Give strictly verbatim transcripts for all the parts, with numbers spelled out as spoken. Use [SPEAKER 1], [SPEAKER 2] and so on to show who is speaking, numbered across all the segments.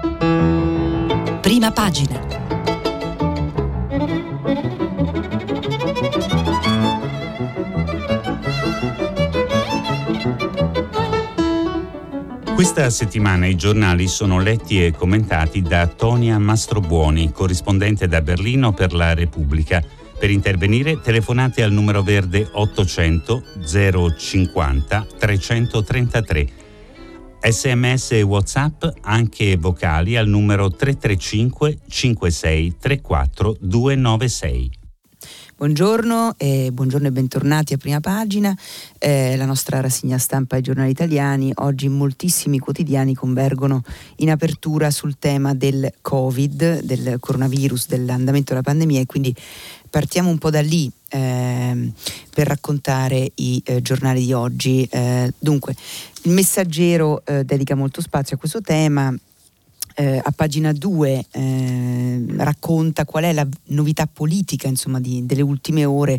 [SPEAKER 1] Prima pagina.
[SPEAKER 2] Questa settimana i giornali sono letti e commentati da Tonia Mastrobuoni, corrispondente da Berlino per la Repubblica. Per intervenire telefonate al numero verde ottocento zero cinquanta trecentotrentatré. Sms e WhatsApp, anche vocali, al numero tre tre cinque cinque sei tre quattro due nove sei.
[SPEAKER 3] Buongiorno e buongiorno e bentornati a Prima Pagina, eh, la nostra rassegna stampa ai giornali italiani. Oggi moltissimi quotidiani convergono in apertura sul tema del Covid, del coronavirus, dell'andamento della pandemia, e quindi partiamo un po' da lì eh, per raccontare i eh, giornali di oggi. Eh, dunque, il Messaggero eh, dedica molto spazio a questo tema. Eh, a pagina due eh, racconta qual è la novità politica, insomma, di, delle ultime ore,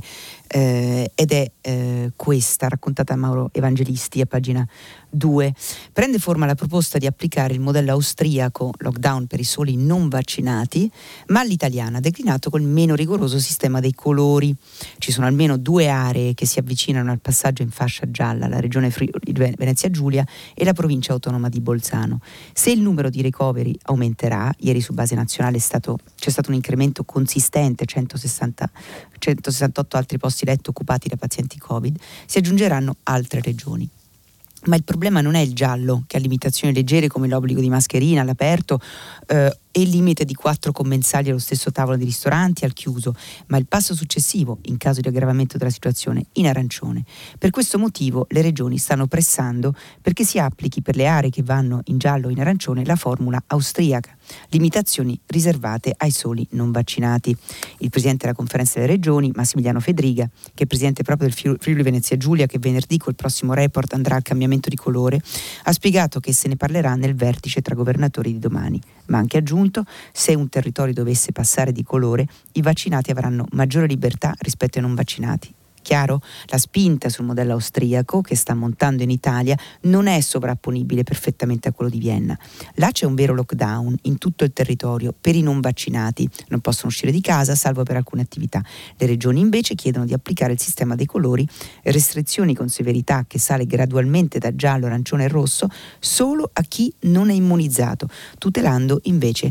[SPEAKER 3] eh, ed è eh, questa, raccontata da Mauro Evangelisti a pagina due. Prende forma la proposta di applicare il modello austriaco, lockdown per i soli non vaccinati, ma all'italiana, declinato col meno rigoroso sistema dei colori. Ci sono almeno due aree che si avvicinano al passaggio in fascia gialla, la regione Friuli Venezia Giulia e la provincia autonoma di Bolzano. Se il numero di ricoveri aumenterà, ieri su base nazionale è stato, c'è stato un incremento consistente, centosessanta, centosessantotto altri posti letto occupati da pazienti Covid, si aggiungeranno altre regioni. Ma il problema non è il giallo, che ha limitazioni leggere come l'obbligo di mascherina all'aperto eh, e il limite di quattro commensali allo stesso tavolo di ristoranti al chiuso, ma il passo successivo, in caso di aggravamento della situazione, in arancione. Per questo motivo le regioni stanno pressando perché si applichi per le aree che vanno in giallo o in arancione la formula austriaca, limitazioni riservate ai soli non vaccinati. Il presidente della conferenza delle regioni, Massimiliano Fedriga, che è presidente proprio del Friuli Venezia Giulia, che venerdì col prossimo report andrà al cambiamento di colore, ha spiegato che se ne parlerà nel vertice tra governatori di domani, ma anche aggiunto: se un territorio dovesse passare di colore, i vaccinati avranno maggiore libertà rispetto ai non vaccinati. Chiaro? La spinta sul modello austriaco che sta montando in Italia non è sovrapponibile perfettamente a quello di Vienna. Là c'è un vero lockdown in tutto il territorio per i non vaccinati, non possono uscire di casa salvo per alcune attività. Le regioni invece chiedono di applicare il sistema dei colori, restrizioni con severità che sale gradualmente da giallo, arancione e rosso solo a chi non è immunizzato, tutelando invece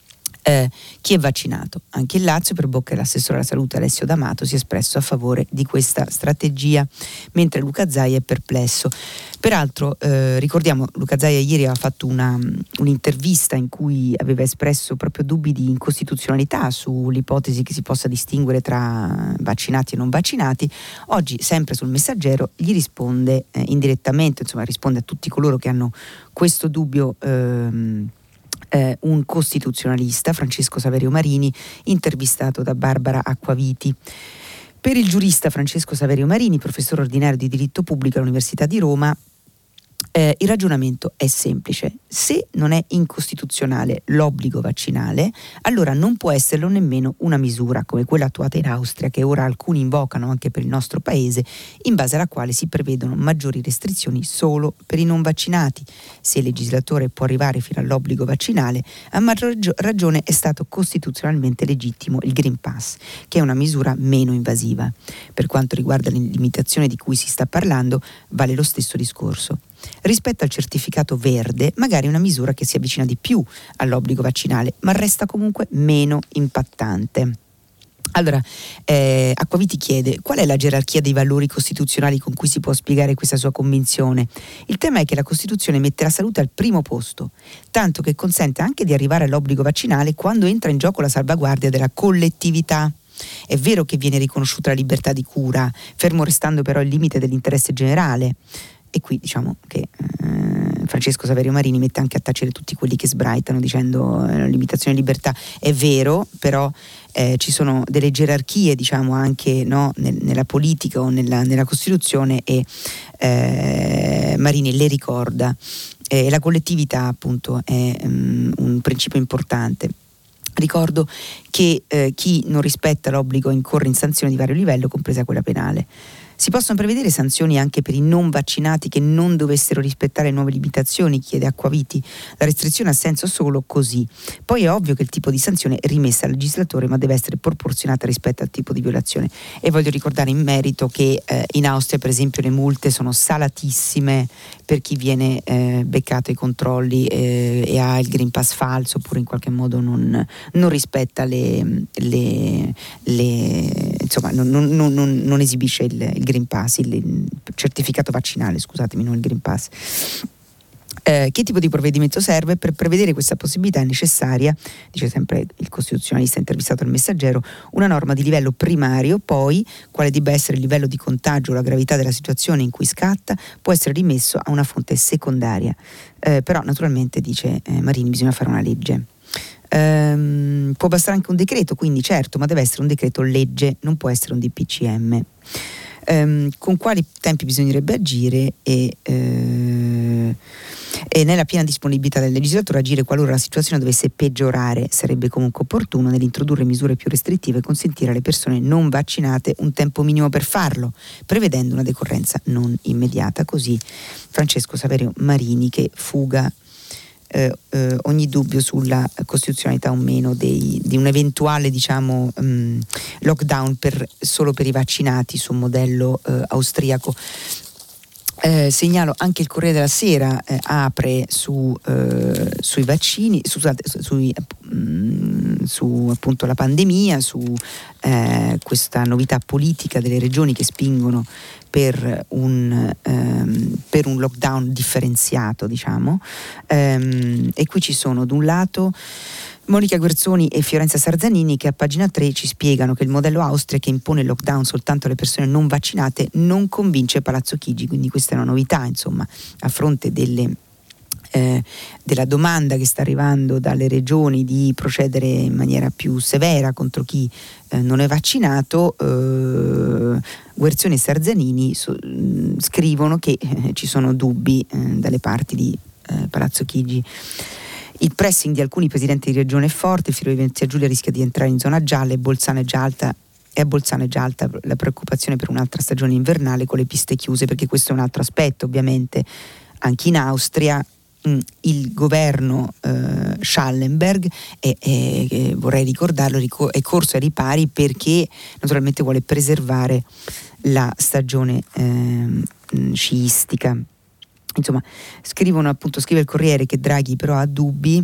[SPEAKER 3] Eh, chi è vaccinato. Anche il Lazio, per bocca dell'assessore alla salute Alessio D'Amato, si è espresso a favore di questa strategia, mentre Luca Zaia è perplesso. Peraltro eh, ricordiamo, Luca Zaia ieri aveva fatto una, un'intervista in cui aveva espresso proprio dubbi di incostituzionalità sull'ipotesi che si possa distinguere tra vaccinati e non vaccinati. Oggi, sempre sul Messaggero, gli risponde eh, indirettamente, insomma risponde a tutti coloro che hanno questo dubbio, ehm, Eh, un costituzionalista, Francesco Saverio Marini, intervistato da Barbara Acquaviti. Per il giurista Francesco Saverio Marini, professore ordinario di diritto pubblico all'Università di Roma, Eh, il ragionamento è semplice: se non è incostituzionale l'obbligo vaccinale, allora non può esserlo nemmeno una misura come quella attuata in Austria, che ora alcuni invocano anche per il nostro paese, in base alla quale si prevedono maggiori restrizioni solo per i non vaccinati. Se il legislatore può arrivare fino all'obbligo vaccinale, a maggior ragione è stato costituzionalmente legittimo il Green Pass, che è una misura meno invasiva. Per quanto riguarda la limitazione di cui si sta parlando, vale lo stesso discorso. Rispetto al certificato verde, magari una misura che si avvicina di più all'obbligo vaccinale, ma resta comunque meno impattante. Allora, eh, Acquaviti chiede: qual è la gerarchia dei valori costituzionali con cui si può spiegare questa sua convinzione? Il tema è che la Costituzione mette la salute al primo posto, tanto che consente anche di arrivare all'obbligo vaccinale quando entra in gioco la salvaguardia della collettività. È vero che viene riconosciuta la libertà di cura, fermo restando però il limite dell'interesse generale. E qui diciamo che eh, Francesco Saverio Marini mette anche a tacere tutti quelli che sbraitano dicendo eh, limitazione di libertà. È vero, però eh, ci sono delle gerarchie, diciamo, anche no, nel, nella politica o nella, nella Costituzione, e eh, Marini le ricorda. E la collettività appunto è um, un principio importante. Ricordo che eh, chi non rispetta l'obbligo incorre in sanzioni di vario livello, compresa quella penale. Si possono prevedere sanzioni anche per i non vaccinati che non dovessero rispettare nuove limitazioni, chiede Acquaviti. La restrizione ha senso solo così. Poi è ovvio che il tipo di sanzione è rimessa al legislatore, ma deve essere proporzionata rispetto al tipo di violazione. E voglio ricordare in merito che eh, in Austria, per esempio, le multe sono salatissime per chi viene eh, beccato ai controlli eh, e ha il Green Pass falso, oppure in qualche modo non, non rispetta le, le, le insomma non, non, non, non esibisce il, il Green Pass, il, il certificato vaccinale, scusatemi, non il Green Pass. Eh, che tipo di provvedimento serve? Per prevedere questa possibilità è necessaria, dice sempre il costituzionalista intervistato al Messaggero, una norma di livello primario, poi quale debba essere il livello di contagio o la gravità della situazione in cui scatta può essere rimesso a una fonte secondaria. Eh, però naturalmente, dice eh, Marini, bisogna fare una legge. Um, può bastare anche un decreto, quindi certo, ma deve essere un decreto legge, non può essere un D P C M. Um, con quali tempi bisognerebbe agire e, uh, e nella piena disponibilità del legislatore agire qualora la situazione dovesse peggiorare. Sarebbe comunque opportuno nell'introdurre misure più restrittive e consentire alle persone non vaccinate un tempo minimo per farlo, prevedendo una decorrenza non immediata. Così Francesco Saverio Marini, che fuga Eh, eh, ogni dubbio sulla costituzionalità o meno dei, di un eventuale, diciamo, um, lockdown per, solo per i vaccinati su un modello eh, austriaco. Eh, segnalo anche il Corriere della Sera eh, apre su, eh, sui vaccini, su, su, sui, mh, su appunto la pandemia, su eh, questa novità politica delle regioni che spingono per un, ehm, per un lockdown differenziato, diciamo, ehm, e qui ci sono da un lato Monica Guerzoni e Fiorenza Sarzanini che a pagina tre ci spiegano che il modello Austria, che impone il lockdown soltanto alle persone non vaccinate, non convince Palazzo Chigi, quindi questa è una novità, insomma, a fronte delle Eh, della domanda che sta arrivando dalle regioni di procedere in maniera più severa contro chi eh, non è vaccinato. eh, Guerzoni e Sarzanini so, mh, scrivono che eh, ci sono dubbi eh, dalle parti di eh, Palazzo Chigi. Il pressing di alcuni presidenti di regione è forte, il Friuli Venezia Giulia rischia di entrare in zona gialla e Bolzano è già alta e a Bolzano è già alta la preoccupazione per un'altra stagione invernale con le piste chiuse, perché questo è un altro aspetto. Ovviamente anche in Austria il governo eh, Schallenberg è, è, è, vorrei ricordarlo, è corso ai ripari perché naturalmente vuole preservare la stagione eh, sciistica. Insomma, scrivono appunto, scrive il Corriere che Draghi però ha dubbi.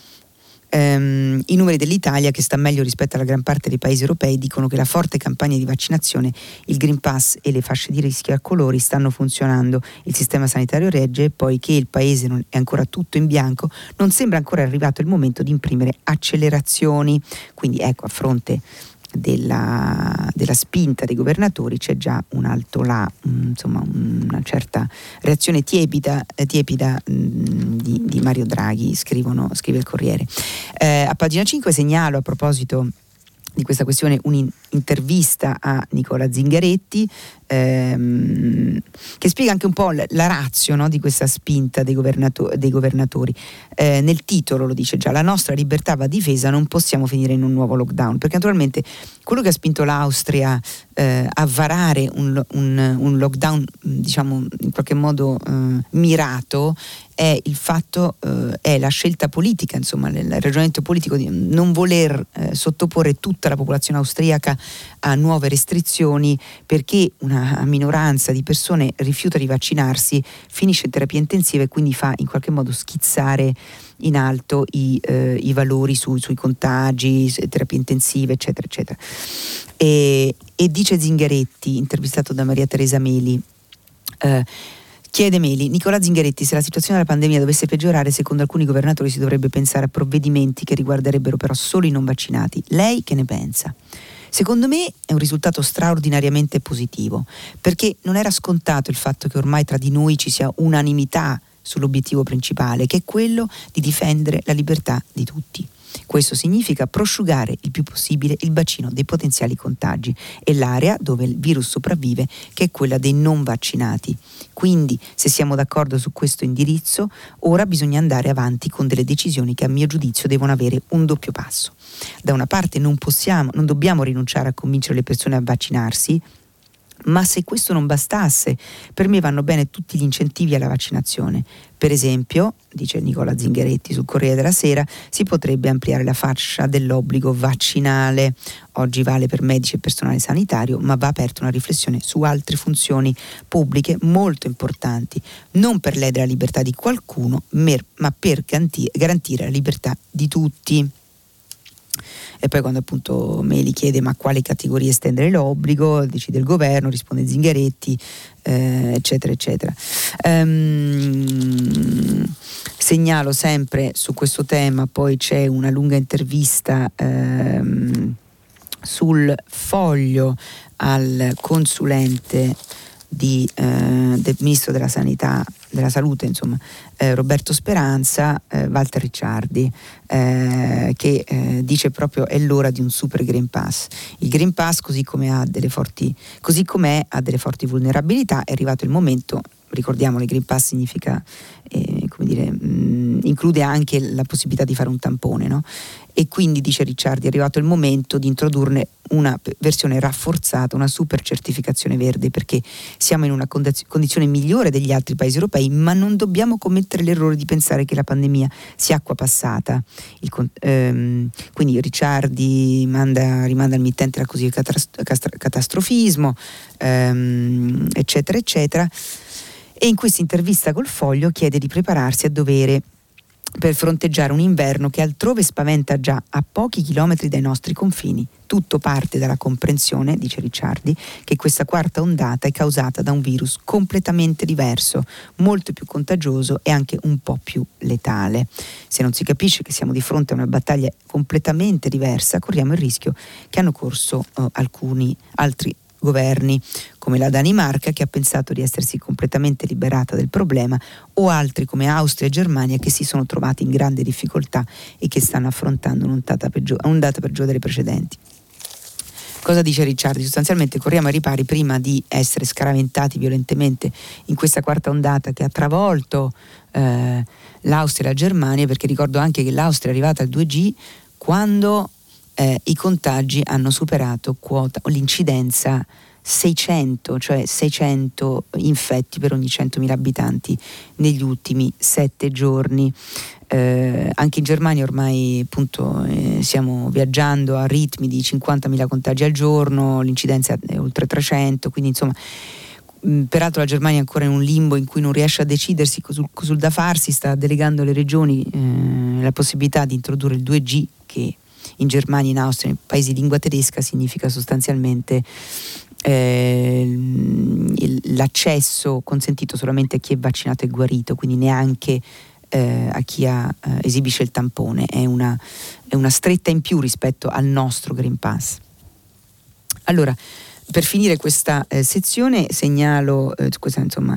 [SPEAKER 3] Um, I numeri dell'Italia, che sta meglio rispetto alla gran parte dei paesi europei, dicono che la forte campagna di vaccinazione, il Green Pass e le fasce di rischio a colori stanno funzionando, il sistema sanitario regge, e poi che il paese non è ancora tutto in bianco, non sembra ancora arrivato il momento di imprimere accelerazioni. Quindi ecco, a fronte della, della spinta dei governatori c'è già un alto là, mh, insomma una certa reazione tiepida, eh, tiepida mh, di, di Mario Draghi, scrivono, scrive il Corriere. Eh, a pagina cinque segnalo, a proposito di questa questione, un'intervista a Nicola Zingaretti ehm, che spiega anche un po' la, la ratio, no, di questa spinta dei, governato- dei governatori. Eh, nel titolo lo dice già: la nostra libertà va difesa, non possiamo finire in un nuovo lockdown, perché naturalmente quello che ha spinto l'Austria eh, a varare un, un, un lockdown, diciamo in qualche modo eh, mirato, è il fatto, eh, è la scelta politica, insomma il ragionamento politico di non voler eh, sottoporre tutta la popolazione austriaca a nuove restrizioni, perché una minoranza di persone rifiuta di vaccinarsi, finisce in terapia intensiva e quindi fa in qualche modo schizzare in alto i, eh, i valori su, sui contagi, terapie intensive, eccetera, eccetera. E, e dice Zingaretti, intervistato da Maria Teresa Meli, eh, chiede Meli: Nicola Zingaretti, se la situazione della pandemia dovesse peggiorare, secondo alcuni governatori si dovrebbe pensare a provvedimenti che riguarderebbero però solo i non vaccinati. Lei che ne pensa? Secondo me è un risultato straordinariamente positivo, perché non era scontato il fatto che ormai tra di noi ci sia unanimità sull'obiettivo principale, che è quello di difendere la libertà di tutti. Questo significa prosciugare il più possibile il bacino dei potenziali contagi e l'area dove il virus sopravvive, che è quella dei non vaccinati. Quindi, se siamo d'accordo su questo indirizzo, ora bisogna andare avanti con delle decisioni che a mio giudizio devono avere un doppio passo. Da una parte non possiamo, non dobbiamo rinunciare a convincere le persone a vaccinarsi, Ma se questo non bastasse, per me vanno bene tutti gli incentivi alla vaccinazione. Per esempio, dice Nicola Zingaretti sul Corriere della Sera, si potrebbe ampliare la fascia dell'obbligo vaccinale. Oggi vale per medici e personale sanitario, ma va aperta una riflessione su altre funzioni pubbliche molto importanti, non per ledere la libertà di qualcuno, ma per garantire la libertà di tutti. E poi quando appunto Meli chiede ma a quale categorie estendere l'obbligo, decide il governo, risponde Zingaretti, eh, eccetera eccetera. Ehm, segnalo sempre su questo tema, poi c'è una lunga intervista ehm, sul Foglio al consulente di, eh, del ministro della sanità, della salute, insomma, eh, Roberto Speranza, eh, Walter Ricciardi, eh, che eh, dice proprio è l'ora di un super Green Pass. Il Green Pass, così come ha delle forti, così com'è, ha delle forti vulnerabilità. È arrivato il momento, ricordiamo, il Green Pass significa, eh, come dire, mh, include anche la possibilità di fare un tampone, no? E quindi, dice Ricciardi, è arrivato il momento di introdurne una versione rafforzata, una super certificazione verde, perché siamo in una condizione migliore degli altri paesi europei, ma non dobbiamo commettere l'errore di pensare che la pandemia sia acqua passata. Il, ehm, quindi Ricciardi manda, rimanda al mittente la così catastrofismo, ehm, eccetera eccetera, e in questa intervista col Foglio chiede di prepararsi a dovere per fronteggiare un inverno che altrove spaventa già a pochi chilometri dai nostri confini. Tutto parte dalla comprensione, dice Ricciardi, che questa quarta ondata è causata da un virus completamente diverso, molto più contagioso e anche un po' più letale. Se non si capisce che siamo di fronte a una battaglia completamente diversa, corriamo il rischio che hanno corso uh, alcuni altri governi, come la Danimarca, che ha pensato di essersi completamente liberata del problema, o altri come Austria e Germania, che si sono trovati in grande difficoltà e che stanno affrontando un'ondata peggiore, un'ondata peggiore delle precedenti. Cosa dice Ricciardi? Sostanzialmente corriamo ai ripari prima di essere scaraventati violentemente in questa quarta ondata che ha travolto eh, l'Austria e la Germania, perché ricordo anche che l'Austria è arrivata al due G quando Eh, i contagi hanno superato quota o l'incidenza seicento, cioè seicento infetti per ogni centomila abitanti negli ultimi sette giorni. Eh, anche in Germania ormai appunto eh, stiamo viaggiando a ritmi di cinquantamila contagi al giorno, l'incidenza è oltre trecento, quindi insomma mh, peraltro la Germania è ancora in un limbo in cui non riesce a decidersi sul, sul da farsi, sta delegando alle regioni eh, la possibilità di introdurre il due G, che in Germania, in Austria, nei paesi di lingua tedesca significa sostanzialmente eh, l'accesso consentito solamente a chi è vaccinato e guarito, quindi neanche eh, a chi ha, eh, esibisce il tampone. È una, è una stretta in più rispetto al nostro Green Pass. Allora, per finire questa eh, sezione segnalo eh, questa, insomma,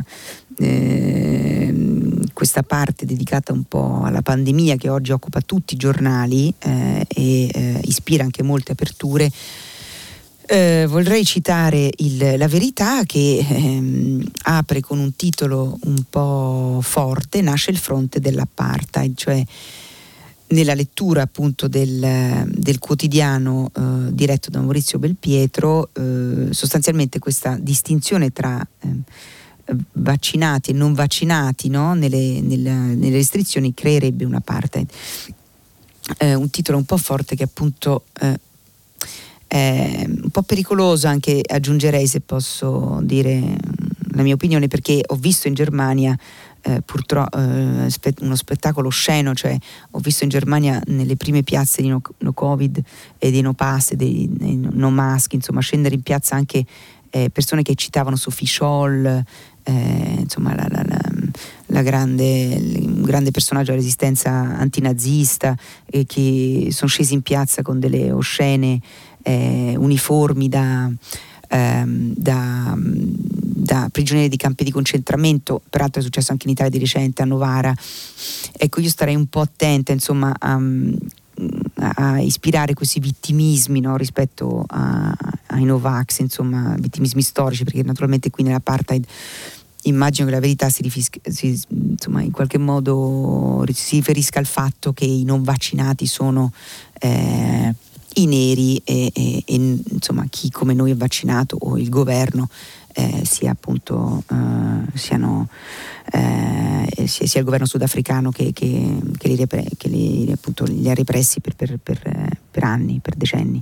[SPEAKER 3] eh, questa parte dedicata un po' alla pandemia che oggi occupa tutti i giornali eh, e eh, ispira anche molte aperture. Eh, vorrei citare il, La Verità, che ehm, apre con un titolo un po' forte: nasce il fronte dell'apartheid, cioè nella lettura appunto del, del quotidiano eh, diretto da Maurizio Belpietro, eh, sostanzialmente questa distinzione tra eh, vaccinati e non vaccinati, no? nelle, nelle, nelle restrizioni creerebbe un apartheid. Eh, un titolo un po' forte che appunto eh, è un po' pericoloso anche, aggiungerei, se posso dire la mia opinione, perché ho visto in Germania Eh, purtroppo eh, spe- uno spettacolo osceno, cioè ho visto in Germania nelle prime piazze di no, no Covid e di no pass e dei, dei no mask, insomma, scendere in piazza anche eh, persone che citavano Sophie Scholl, eh, insomma la, la, la, la grande, un grande personaggio della resistenza antinazista, eh, che sono scesi in piazza con delle oscene eh, uniformi da Ehm, da, da prigionieri di campi di concentramento. Peraltro è successo anche in Italia di recente, a Novara. Ecco, io starei un po' attenta, insomma, a, a ispirare questi vittimismi, no, rispetto a, ai Novax, insomma, vittimismi storici, perché naturalmente qui nell'apartheid immagino che La Verità si, rifisca, si insomma, in qualche modo si riferisca al fatto che i non vaccinati sono eh, i neri e, e, e insomma chi come noi è vaccinato o il governo eh, sia appunto eh, siano eh, sia, sia il governo sudafricano che, che, che, li, repre, che li, appunto, li ha repressi per, per, per, per anni, per decenni.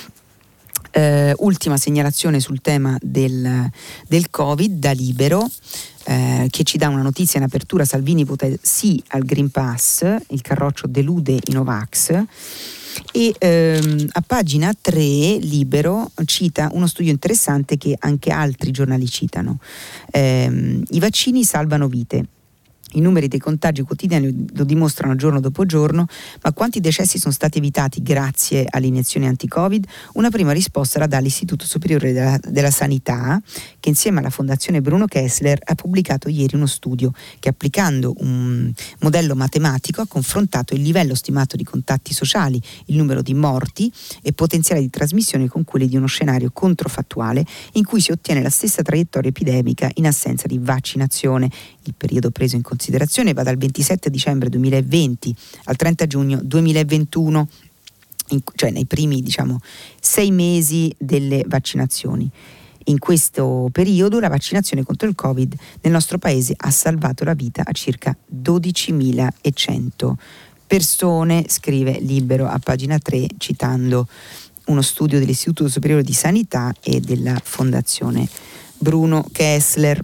[SPEAKER 3] Uh, ultima segnalazione sul tema del, del Covid da Libero, uh, che ci dà una notizia in apertura: Salvini vota sì al Green Pass, il Carroccio delude i Novax. E um, a pagina tre Libero cita uno studio interessante che anche altri giornali citano. Um, I vaccini salvano vite. I numeri dei contagi quotidiani lo dimostrano giorno dopo giorno, ma quanti decessi sono stati evitati grazie alle iniezioni anti-Covid? Una prima risposta la dà l'Istituto Superiore della, della Sanità, che insieme alla Fondazione Bruno Kessler ha pubblicato ieri uno studio che, applicando un modello matematico, ha confrontato il livello stimato di contatti sociali, il numero di morti e potenziale di trasmissione con quelli di uno scenario controfattuale in cui si ottiene la stessa traiettoria epidemica in assenza di vaccinazione. Il periodo preso in considerazione va dal ventisette dicembre duemilaventi al trenta giugno duemilaventuno, in, cioè nei primi diciamo sei mesi delle vaccinazioni. In questo periodo la vaccinazione contro il Covid nel nostro paese ha salvato la vita a circa dodicimilacento persone, scrive Libero a pagina tre, citando uno studio dell'Istituto Superiore di Sanità e della Fondazione Bruno Kessler.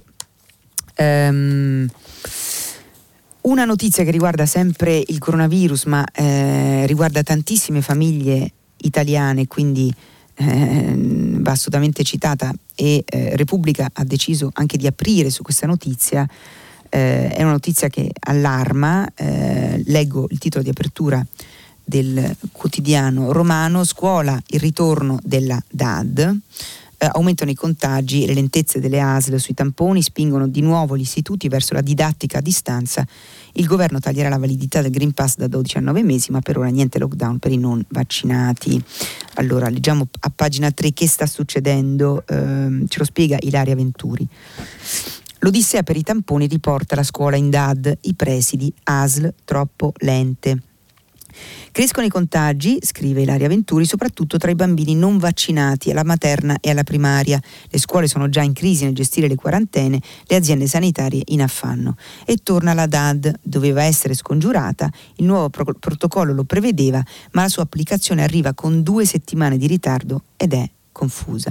[SPEAKER 3] Um, una notizia che riguarda sempre il coronavirus, ma eh, riguarda tantissime famiglie italiane, quindi eh, va assolutamente citata, e eh, Repubblica ha deciso anche di aprire su questa notizia. Eh, è una notizia che allarma. Eh, leggo il titolo di apertura del quotidiano romano: scuola, il ritorno della D A D. Uh, aumentano i contagi e le lentezze delle A S L sui tamponi spingono di nuovo gli istituti verso la didattica a distanza. Il governo taglierà la validità del Green Pass da dodici a nove mesi, ma per ora niente lockdown per i non vaccinati. Allora, leggiamo a pagina tre che sta succedendo. Uh, ce lo spiega Ilaria Venturi. L'odissea per i tamponi riporta la scuola in D A D, i presidi A S L troppo lente. Crescono i contagi, scrive Ilaria Venturi, soprattutto tra i bambini non vaccinati alla materna e alla primaria. Le scuole sono già in crisi nel gestire le quarantene, le aziende sanitarie in affanno. E torna la D A D, doveva essere scongiurata, il nuovo pro- protocollo lo prevedeva, ma la sua applicazione arriva con due settimane di ritardo ed è confusa.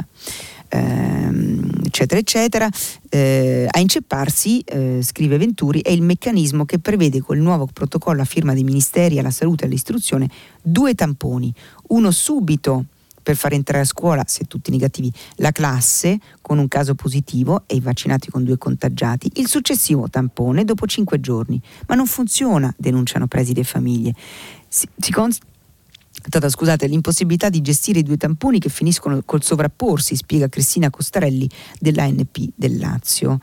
[SPEAKER 3] Ehm, eccetera eccetera. Eh, a incepparsi, eh, scrive Venturi, è il meccanismo che prevede col nuovo protocollo a firma dei ministeri alla salute e all'istruzione due tamponi, uno subito per far entrare a scuola, se tutti negativi, la classe con un caso positivo e i vaccinati con due contagiati, il successivo tampone dopo cinque giorni, ma non funziona, denunciano presidi e famiglie. Si, si cons- Tata, scusate, l'impossibilità di gestire i due tamponi che finiscono col sovrapporsi, spiega Cristina Costarelli dell'A N P del Lazio.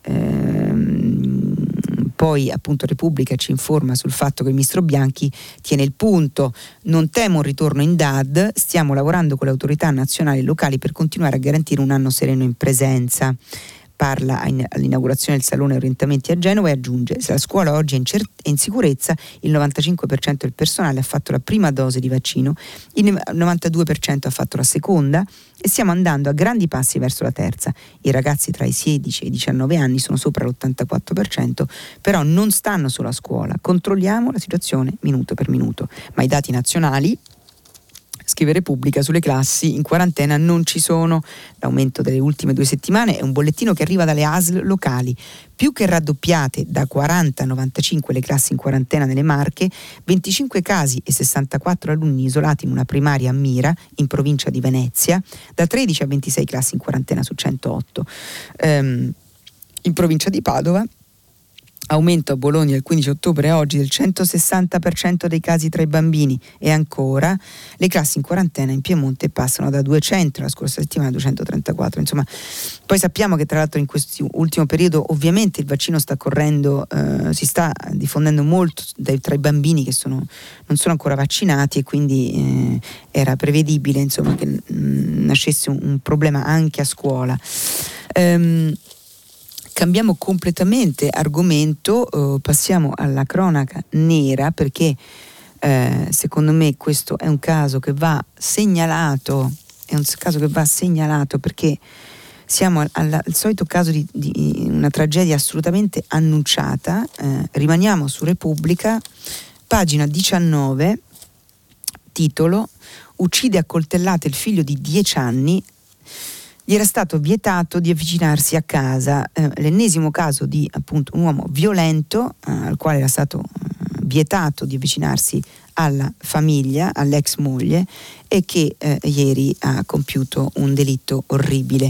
[SPEAKER 3] Ehm, poi appunto Repubblica ci informa sul fatto che il ministro Bianchi tiene il punto: non temo un ritorno in D A D, stiamo lavorando con le autorità nazionali e locali per continuare a garantire un anno sereno in presenza. Parla all'inaugurazione del Salone Orientamenti a Genova e aggiunge: se la scuola oggi è in, cer- è in sicurezza, il novantacinque per cento del personale ha fatto la prima dose di vaccino, il novantadue per cento ha fatto la seconda e stiamo andando a grandi passi verso la terza. I ragazzi tra i sedici e i diciannove anni sono sopra l'ottantaquattro per cento, però non stanno solo a scuola, controlliamo la situazione minuto per minuto, ma i dati nazionali, scrive Repubblica, sulle classi in quarantena non ci sono. L'aumento delle ultime due settimane è un bollettino che arriva dalle A S L locali, più che raddoppiate da quaranta a novantacinque le classi in quarantena nelle Marche, venticinque casi e sessantaquattro alunni isolati in una primaria a Mira, in provincia di Venezia, da tredici a ventisei classi in quarantena su centootto. Um, in provincia di Padova aumento a Bologna il quindici ottobre a oggi del centosessanta per cento dei casi tra i bambini, e ancora le classi in quarantena in Piemonte passano da duecento la scorsa settimana a duecentotrentaquattro. Insomma, poi sappiamo che tra l'altro in questo ultimo periodo ovviamente il vaccino sta correndo, eh, si sta diffondendo molto dai, tra i bambini che sono, non sono ancora vaccinati, e quindi eh, era prevedibile insomma che mh, nascesse un, un problema anche a scuola. Um, Cambiamo completamente argomento, eh, passiamo alla cronaca nera, perché Eh, secondo me questo è un caso che va segnalato, è un caso che va segnalato perché siamo al, al, al solito caso di, di una tragedia assolutamente annunciata. Eh, rimaniamo su Repubblica, pagina diciannove, titolo: uccide a coltellate il figlio di dieci anni, gli era stato vietato di avvicinarsi a casa. Eh, l'ennesimo caso di appunto un uomo violento eh, al quale era stato eh, vietato di avvicinarsi alla famiglia, all'ex moglie, e che eh, ieri ha compiuto un delitto orribile.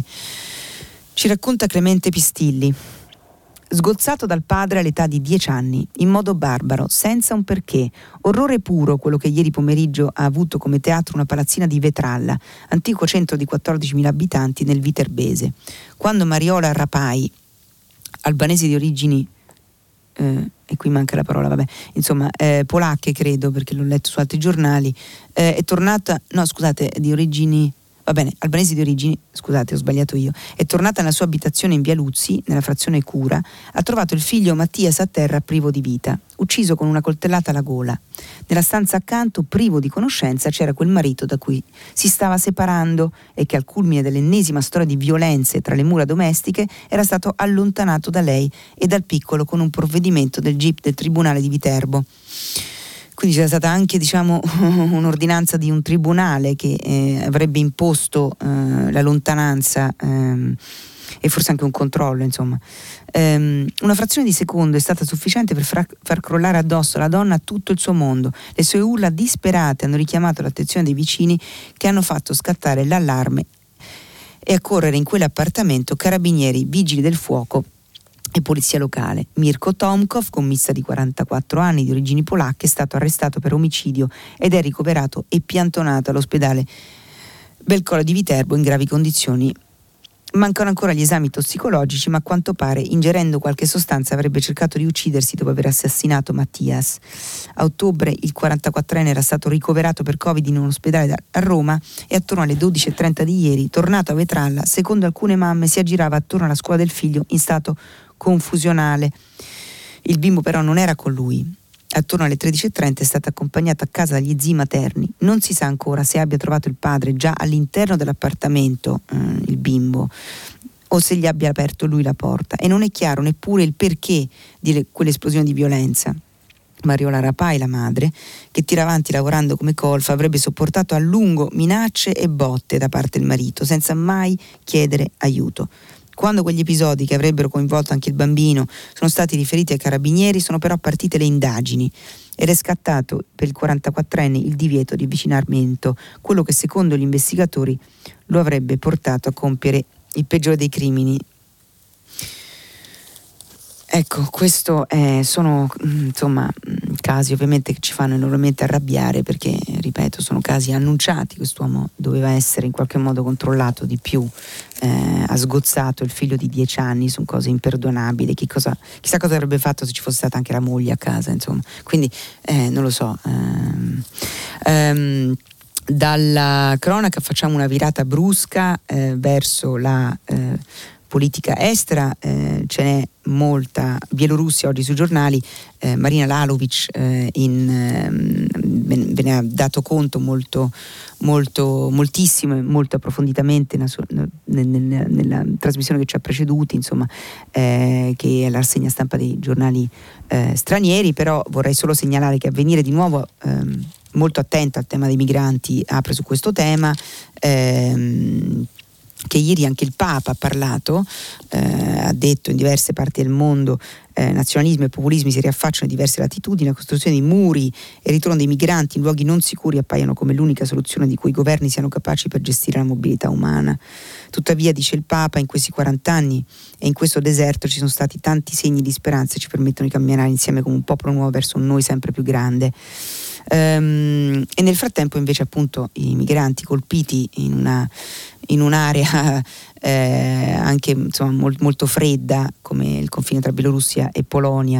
[SPEAKER 3] Ci racconta Clemente Pistilli. Sgozzato dal padre all'età di dieci anni, in modo barbaro, senza un perché. Orrore puro quello che ieri pomeriggio ha avuto come teatro una palazzina di Vetralla, antico centro di quattordicimila abitanti nel Viterbese. Quando Mariola Rapai, albanese di origini, eh, e qui manca la parola, vabbè, insomma, eh, polacche credo, perché l'ho letto su altri giornali, eh, è tornata, no scusate, di origini... Va bene, albanese di origini, scusate, ho sbagliato io, è tornata nella sua abitazione in via Luzzi, nella frazione Cura, ha trovato il figlio Mattias a terra privo di vita, ucciso con una coltellata alla gola. Nella stanza accanto, privo di conoscenza, c'era quel marito da cui si stava separando e che al culmine dell'ennesima storia di violenze tra le mura domestiche era stato allontanato da lei e dal piccolo con un provvedimento del G I P del Tribunale di Viterbo. Quindi c'era stata anche, diciamo, un'ordinanza di un tribunale che eh, avrebbe imposto eh, la lontananza ehm, e forse anche un controllo, insomma. Ehm, una frazione di secondo è stata sufficiente per far, far crollare addosso alla donna tutto il suo mondo. Le sue urla disperate hanno richiamato l'attenzione dei vicini, che hanno fatto scattare l'allarme e accorrere in quell'appartamento carabinieri, vigili del fuoco e polizia locale. Mirko Tomkov, commista di quarantaquattro anni di origini polacche, è stato arrestato per omicidio ed è ricoverato e piantonato all'ospedale Belcola di Viterbo in gravi condizioni. Mancano ancora gli esami tossicologici, ma a quanto pare, ingerendo qualche sostanza, avrebbe cercato di uccidersi dopo aver assassinato Mattias. A ottobre il quarantaquattrenne era stato ricoverato per Covid in un ospedale a Roma e attorno alle dodici e trenta di ieri, tornato a Vetralla, secondo alcune mamme si aggirava attorno alla scuola del figlio in stato confusionale. Il bimbo però non era con lui. Attorno alle tredici e trenta è stato accompagnato a casa dagli zii materni. Non si sa ancora se abbia trovato il padre già all'interno dell'appartamento, eh, il bimbo, o se gli abbia aperto lui la porta. E non è chiaro neppure il perché di le, quell'esplosione di violenza. Mariola Rapai, la madre, che tira avanti lavorando come colfa, avrebbe sopportato a lungo minacce e botte da parte del marito, senza mai chiedere aiuto. Quando quegli episodi, che avrebbero coinvolto anche il bambino, sono stati riferiti ai carabinieri, sono però partite le indagini ed è scattato per il quarantaquattrenne il divieto di avvicinamento, quello che secondo gli investigatori lo avrebbe portato a compiere il peggiore dei crimini. Ecco, questo è, sono insomma casi ovviamente che ci fanno enormemente arrabbiare, perché, ripeto, sono casi annunciati. Quest'uomo doveva essere in qualche modo controllato di più, eh, ha sgozzato il figlio di dieci anni, sono cose imperdonabili. Chi cosa, chissà cosa avrebbe fatto se ci fosse stata anche la moglie a casa, insomma. Quindi eh, non lo so. Ehm, ehm, dalla cronaca facciamo una virata brusca eh, verso la eh, politica estera. Eh, ce n'è molta. Bielorussia oggi sui giornali, eh, Marina Lalovic eh, in, eh, ve ne ha dato conto molto, molto, moltissimo e molto approfonditamente nella, nel, nel, nella trasmissione che ci ha preceduti, insomma, eh, che è la rassegna stampa dei giornali eh, stranieri. Però vorrei solo segnalare che Avvenire di nuovo ehm, molto attento al tema dei migranti apre su questo tema, ehm, che ieri anche il Papa ha parlato, eh, ha detto in diverse parti del mondo eh, nazionalismo e populismi si riaffacciano a diverse latitudini, la costruzione di muri e il ritorno dei migranti in luoghi non sicuri appaiono come l'unica soluzione di cui i governi siano capaci per gestire la mobilità umana. Tuttavia, dice il Papa, in questi quaranta anni e in questo deserto ci sono stati tanti segni di speranza e ci permettono di camminare insieme come un popolo nuovo verso un noi sempre più grande. Um, e nel frattempo invece appunto i migranti colpiti in una in un'area eh, anche insomma mol, molto fredda come il confine tra Bielorussia e Polonia,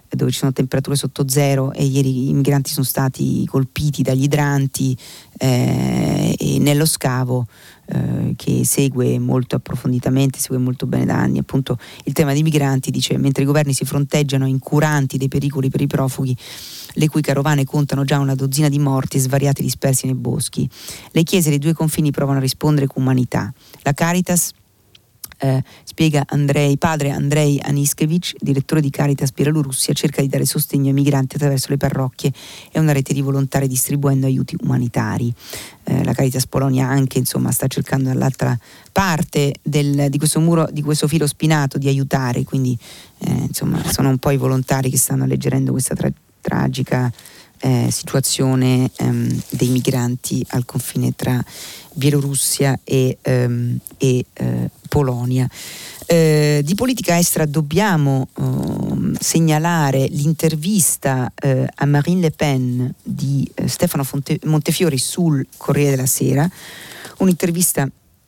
[SPEAKER 3] dove ci sono temperature sotto zero e ieri i migranti sono stati colpiti dagli idranti, eh, e nello scavo eh, che segue molto approfonditamente, segue molto bene da anni appunto il tema dei migranti, dice: mentre i governi si fronteggiano incuranti dei pericoli per i profughi, le cui carovane contano già una dozzina di morti svariati dispersi nei boschi, le chiese dei due confini provano a rispondere con umanità. La Caritas, Eh, spiega Andrei, padre Andrei Aniskevich, direttore di Caritas Bielorussia, cerca di dare sostegno ai migranti attraverso le parrocchie e una rete di volontari distribuendo aiuti umanitari. Eh, la Caritas Polonia anche insomma sta cercando dall'altra parte del, di questo muro, di questo filo spinato, di aiutare, quindi eh, insomma sono un po' i volontari che stanno alleggerendo questa tra- tragica eh, situazione ehm, dei migranti al confine tra Bielorussia e, ehm, e eh, Polonia. Eh, di politica estera dobbiamo eh, segnalare l'intervista eh, a Marine Le Pen di eh, Stefano Fonte- Montefiori sul Corriere della Sera, un'intervista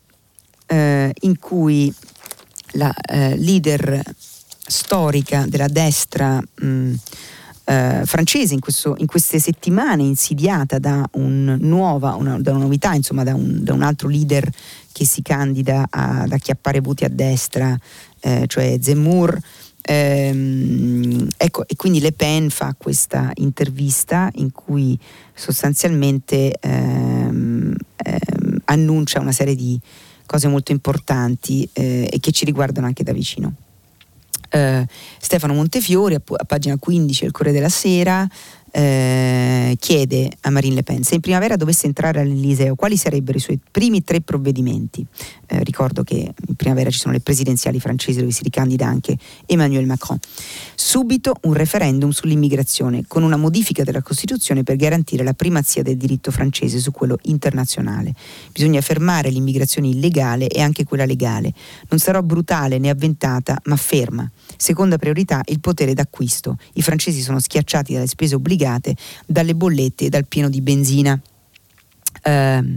[SPEAKER 3] eh, in cui la eh, leader storica della destra mh, Uh, francese in, questo, in queste settimane, insidiata da un nuova una, da una novità, insomma da un, da un altro leader che si candida ad acchiappare voti a destra, eh, cioè Zemmour. Ehm, ecco, e quindi Le Pen fa questa intervista in cui sostanzialmente ehm, ehm, annuncia una serie di cose molto importanti eh, e che ci riguardano anche da vicino. Uh, Stefano Montefiori, a, a pagina quindici del Corriere della Sera, uh, chiede a Marine Le Pen: se in primavera dovesse entrare all'Eliseo, quali sarebbero i suoi primi tre provvedimenti? Uh, ricordo che in primavera ci sono le presidenziali francesi dove si ricandida anche Emmanuel Macron. Subito un referendum sull'immigrazione con una modifica della Costituzione per garantire la primazia del diritto francese su quello internazionale. Bisogna fermare l'immigrazione illegale e anche quella legale. Non sarò brutale né avventata, ma ferma. Seconda priorità, il potere d'acquisto. I francesi sono schiacciati dalle spese obbligate, dalle bollette e dal pieno di benzina. Um,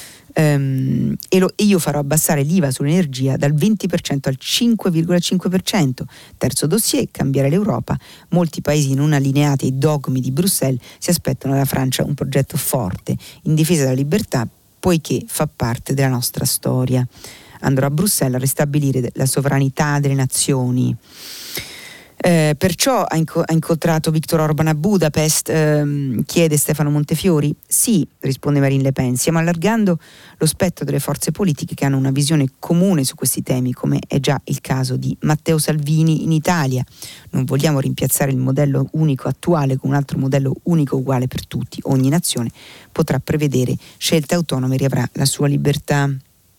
[SPEAKER 3] um, e, lo, e io farò abbassare l'I V A sull'energia dal venti per cento al cinque virgola cinque per cento. Terzo dossier, cambiare l'Europa. Molti paesi non allineati ai dogmi di Bruxelles si aspettano dalla Francia un progetto forte, in difesa della libertà, poiché fa parte della nostra storia. Andrò a Bruxelles a ristabilire la sovranità delle nazioni. Eh, perciò ha, inco- ha incontrato Viktor Orban a Budapest, ehm, chiede Stefano Montefiori. Sì, risponde Marine Le Pen, stiamo allargando lo spettro delle forze politiche che hanno una visione comune su questi temi, come è già il caso di Matteo Salvini in Italia. Non vogliamo rimpiazzare il modello unico attuale con un altro modello unico uguale per tutti. Ogni nazione potrà prevedere scelte autonome e riavrà la sua libertà.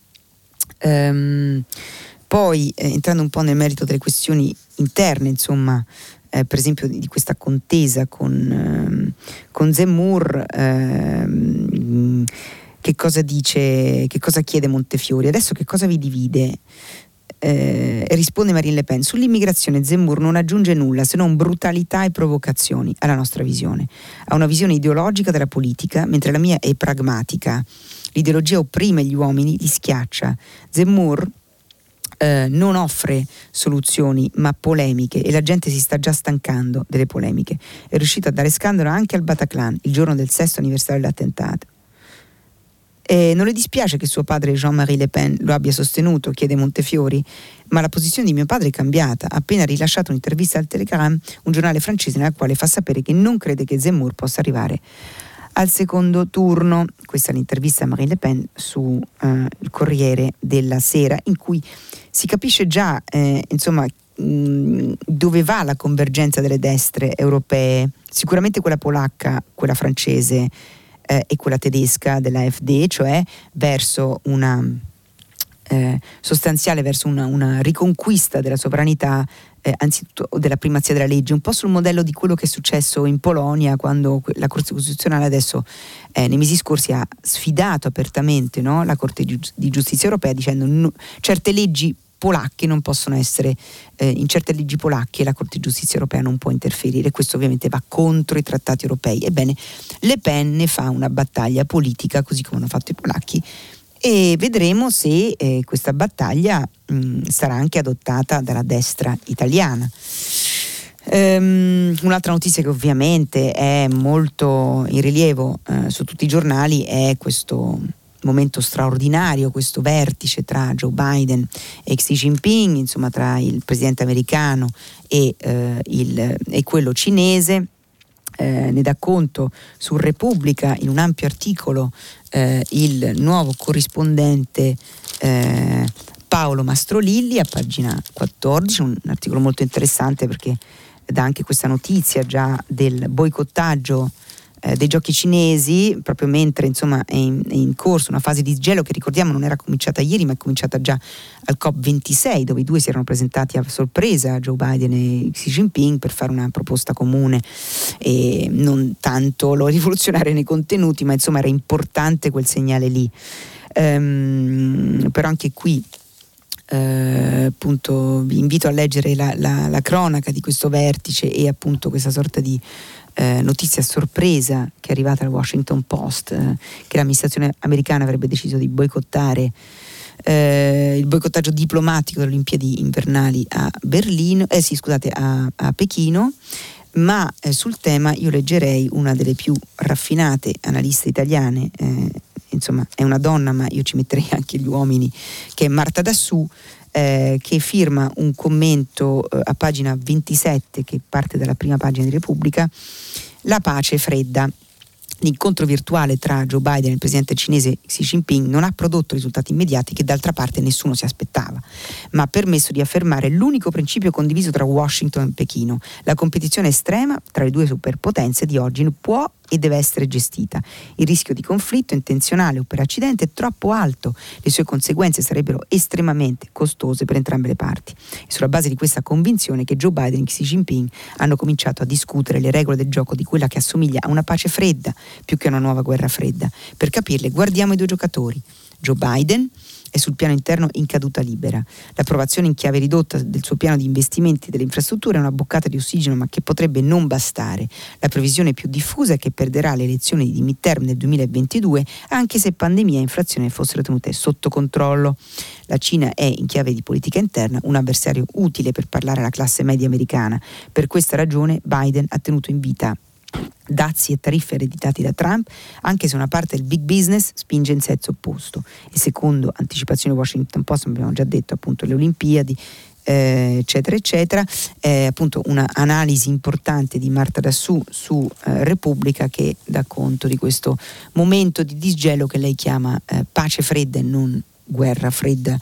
[SPEAKER 3] Um, poi eh, entrando un po' nel merito delle questioni interne, insomma, eh, per esempio di, di questa contesa con, ehm, con Zemmour, ehm, che cosa dice, che cosa chiede Montefiori? Adesso che cosa vi divide? Eh, risponde Marine Le Pen: sull'immigrazione Zemmour non aggiunge nulla se non brutalità e provocazioni alla nostra visione. Ha una visione ideologica della politica, mentre la mia è pragmatica. L'ideologia opprime gli uomini, li schiaccia. Zemmour eh, non offre soluzioni ma polemiche, e la gente si sta già stancando delle polemiche. È riuscito a dare scandalo anche al Bataclan il giorno del sesto anniversario dell'attentato. E non le dispiace che suo padre Jean-Marie Le Pen lo abbia sostenuto, chiede Montefiori, ma la posizione di mio padre è cambiata. Ha appena rilasciato un'intervista al Telegram, un giornale francese, nella quale fa sapere che non crede che Zemmour possa arrivare al secondo turno. Questa è l'intervista a Marine Le Pen su eh, il Corriere della Sera, in cui si capisce già eh, insomma mh, dove va la convergenza delle destre europee. Sicuramente quella polacca, quella francese eh, e quella tedesca della A F D, cioè verso una eh, sostanziale, verso una, una riconquista della sovranità, eh, anzitutto della primazia della legge, un po' sul modello di quello che è successo in Polonia, quando la Corte Costituzionale adesso eh, nei mesi scorsi ha sfidato apertamente, no, la Corte di Giustizia europea, dicendo no, certe leggi polacche non possono essere, eh, in certe leggi polacche la Corte di Giustizia europea non può interferire. Questo ovviamente va contro i trattati europei. Ebbene, Le Pen ne fa una battaglia politica, così come hanno fatto i polacchi, e vedremo se eh, questa battaglia mh, sarà anche adottata dalla destra italiana. Um, un'altra notizia che ovviamente è molto in rilievo uh, su tutti i giornali è questo momento straordinario, questo vertice tra Joe Biden e Xi Jinping, insomma tra il presidente americano e, uh, il, e quello cinese. Eh, ne dà conto su Repubblica in un ampio articolo eh, il nuovo corrispondente eh, Paolo Mastrolilli a pagina quattordici, un articolo molto interessante perché dà anche questa notizia già del boicottaggio eh, dei giochi cinesi, proprio mentre insomma è in, è in corso una fase di gelo che, ricordiamo, non era cominciata ieri ma è cominciata già al COP ventisei, dove i due si erano presentati a sorpresa, Joe Biden e Xi Jinping, per fare una proposta comune e non tanto lo rivoluzionario nei contenuti, ma insomma era importante quel segnale lì. Ehm, però anche qui Eh, appunto vi invito a leggere la, la, la cronaca di questo vertice e appunto questa sorta di eh, notizia sorpresa che è arrivata al Washington Post, eh, che l'amministrazione americana avrebbe deciso di boicottare eh, il boicottaggio diplomatico delle Olimpiadi invernali a Berlino, eh sì scusate a, a Pechino. Ma eh, sul tema io leggerei una delle più raffinate analiste italiane, eh, insomma è una donna ma io ci metterei anche gli uomini, che è Marta Dassù, eh, che firma un commento eh, a pagina ventisette, che parte dalla prima pagina di Repubblica: la pace fredda. L'incontro virtuale tra Joe Biden e il presidente cinese Xi Jinping non ha prodotto risultati immediati che d'altra parte nessuno si aspettava, ma ha permesso di affermare l'unico principio condiviso tra Washington e Pechino: la competizione estrema tra le due superpotenze di oggi può e deve essere gestita. Il rischio di conflitto intenzionale o per accidente è troppo alto, le sue conseguenze sarebbero estremamente costose per entrambe le parti. È sulla base di questa convinzione che Joe Biden e Xi Jinping hanno cominciato a discutere le regole del gioco di quella che assomiglia a una pace fredda più che a una nuova guerra fredda. Per capirle guardiamo i due giocatori. Joe Biden è sul piano interno in caduta libera. L'approvazione in chiave ridotta del suo piano di investimenti delle infrastrutture è una boccata di ossigeno, ma che potrebbe non bastare. La previsione più diffusa è che perderà le elezioni di midterm nel duemilaventidue, anche se pandemia e inflazione fossero tenute sotto controllo. La Cina è, in chiave di politica interna, un avversario utile per parlare alla classe media americana. Per questa ragione Biden ha tenuto in vita dazi e tariffe ereditati da Trump, anche se una parte del big business spinge in senso opposto. E secondo anticipazione Washington Post, abbiamo già detto appunto le Olimpiadi, eh, eccetera eccetera, eh, appunto una analisi importante di Marta Dassù su eh, Repubblica, che dà conto di questo momento di disgelo che lei chiama eh, pace fredda e non guerra fredda.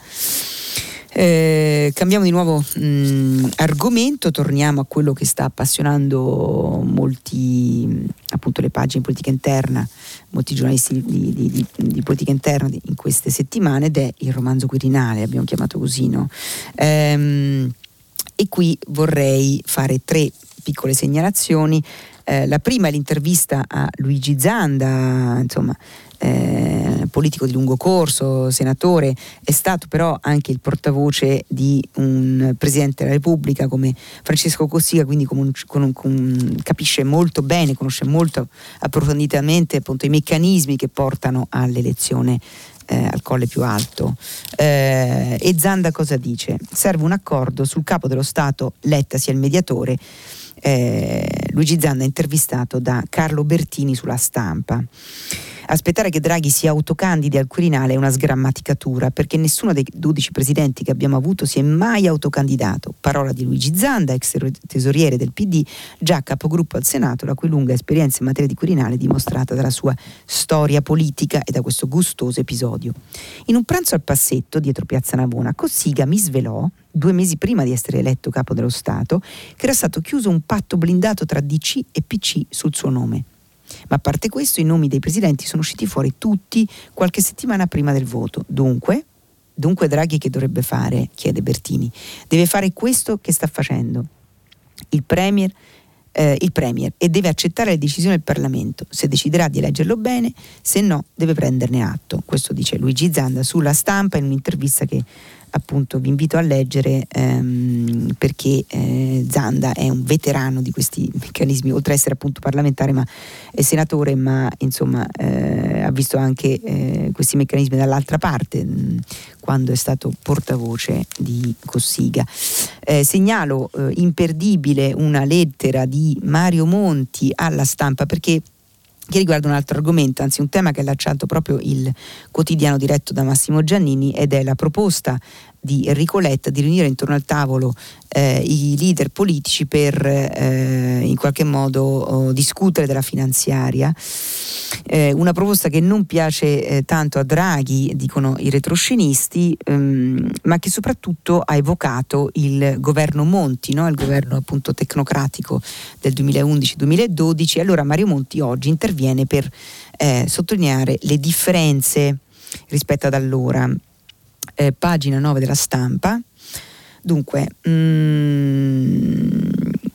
[SPEAKER 3] Eh, cambiamo di nuovo mh, argomento, torniamo a quello che sta appassionando molti, appunto le pagine di politica interna, molti giornalisti di, di, di, di politica interna in queste settimane, ed è il romanzo Quirinale, abbiamo chiamato così, no? Ehm, e qui vorrei fare tre piccole segnalazioni. Eh, la prima è l'intervista a Luigi Zanda, insomma Eh, politico di lungo corso, senatore, è stato però anche il portavoce di un presidente della Repubblica come Francesco Cossiga, quindi con un, con un, con, capisce molto bene, conosce molto approfonditamente appunto i meccanismi che portano all'elezione eh, al colle più alto. Eh, e Zanda cosa dice? Serve un accordo, sul capo dello Stato Letta sia il mediatore. Eh, Luigi Zanda è intervistato da Carlo Bertini sulla Stampa. Aspettare che Draghi si autocandidi al Quirinale è una sgrammaticatura, perché nessuno dei dodici presidenti che abbiamo avuto si è mai autocandidato. Parola di Luigi Zanda, ex tesoriere del P D, già capogruppo al Senato, la cui lunga esperienza in materia di Quirinale è dimostrata dalla sua storia politica e da questo gustoso episodio. In un pranzo al Passetto, dietro Piazza Navona, Cossiga mi svelò, due mesi prima di essere eletto capo dello Stato, che era stato chiuso un patto blindato tra D C e P C sul suo nome. Ma a parte questo, i nomi dei presidenti sono usciti fuori tutti qualche settimana prima del voto. Dunque, dunque Draghi che dovrebbe fare? Chiede Bertini. Deve fare questo che sta facendo il Premier, eh, il Premier e deve accettare le decisioni del Parlamento. Se deciderà di eleggerlo bene, se no deve prenderne atto. Questo dice Luigi Zanda sulla Stampa in un'intervista che appunto vi invito a leggere, ehm, perché eh, Zanda è un veterano di questi meccanismi, oltre ad essere appunto parlamentare ma è senatore, ma insomma eh, ha visto anche eh, questi meccanismi dall'altra parte mh, quando è stato portavoce di Cossiga. Eh, segnalo eh, imperdibile una lettera di Mario Monti alla Stampa, perché che riguarda un altro argomento, anzi un tema che ha lanciato proprio il quotidiano diretto da Massimo Giannini, ed è la proposta di Enrico Letta di riunire intorno al tavolo eh, i leader politici per eh, in qualche modo oh, discutere della finanziaria, eh, una proposta che non piace eh, tanto a Draghi, dicono i retroscenisti, ehm, ma che soprattutto ha evocato il governo Monti, no? Il governo appunto tecnocratico del duemilaundici duemiladodici. Allora Mario Monti oggi interviene per eh, sottolineare le differenze rispetto ad allora. Eh, pagina nove della Stampa. Dunque, mm,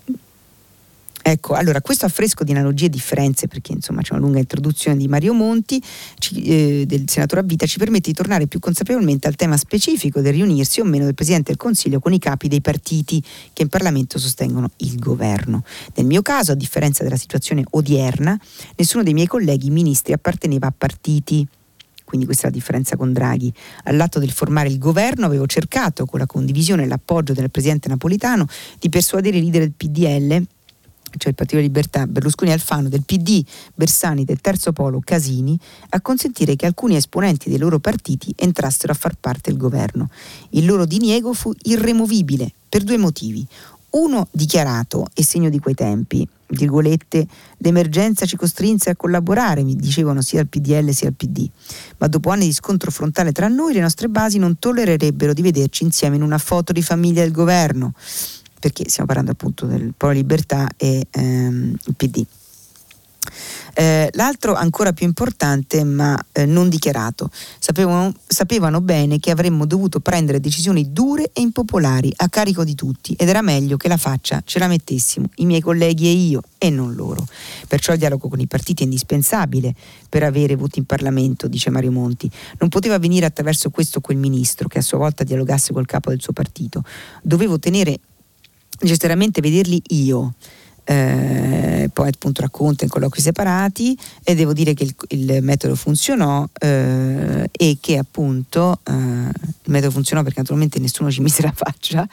[SPEAKER 3] ecco, allora questo affresco di analogie e differenze, perché insomma c'è una lunga introduzione di Mario Monti, ci, eh, del senatore a vita, ci permette di tornare più consapevolmente al tema specifico del riunirsi o meno del Presidente del Consiglio con i capi dei partiti che in Parlamento sostengono il governo. Nel mio caso, a differenza della situazione odierna, nessuno dei miei colleghi ministri apparteneva a partiti. Quindi questa è la differenza con Draghi. All'atto del formare il governo avevo cercato, con la condivisione e l'appoggio del presidente Napolitano, di persuadere i leader del P D L, cioè il Partito della Libertà, Berlusconi e Alfano, del P D, Bersani, del Terzo Polo, Casini, a consentire che alcuni esponenti dei loro partiti entrassero a far parte del governo. Il loro diniego fu irremovibile per due motivi. Uno dichiarato e segno di quei tempi, virgolette, l'emergenza ci costrinse a collaborare, mi dicevano sia il P D L sia il P D, ma dopo anni di scontro frontale tra noi le nostre basi non tollererebbero di vederci insieme in una foto di famiglia del governo, perché stiamo parlando appunto del Polo Libertà e ehm, il P D. Eh, l'altro ancora più importante ma eh, non dichiarato, sapevano, sapevano bene che avremmo dovuto prendere decisioni dure e impopolari a carico di tutti ed era meglio che la faccia ce la mettessimo i miei colleghi e io e non loro. Perciò il dialogo con i partiti è indispensabile per avere voti in Parlamento, dice Mario Monti. Non poteva avvenire attraverso questo o quel ministro che a sua volta dialogasse col capo del suo partito. Dovevo tenere necessariamente vederli io. Eh, poi appunto racconta in colloqui separati e devo dire che il, il metodo funzionò eh, e che appunto eh, il metodo funzionò perché naturalmente nessuno ci mise la faccia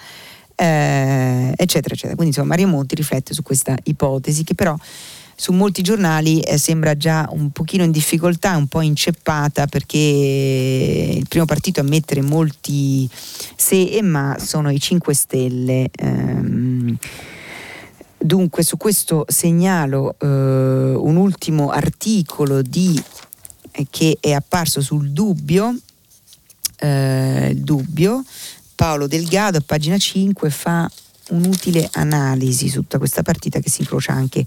[SPEAKER 3] eh, eccetera eccetera. Quindi insomma Mario Monti riflette su questa ipotesi che però su molti giornali eh, sembra già un pochino in difficoltà, un po' inceppata, perché il primo partito a mettere molti se e ma sono i cinque Stelle. ehm, Dunque su questo segnalo eh, un ultimo articolo di, eh, che è apparso sul Dubbio, eh, il Dubbio, Paolo Delgado a pagina cinque fa un'utile analisi su tutta questa partita che si incrocia anche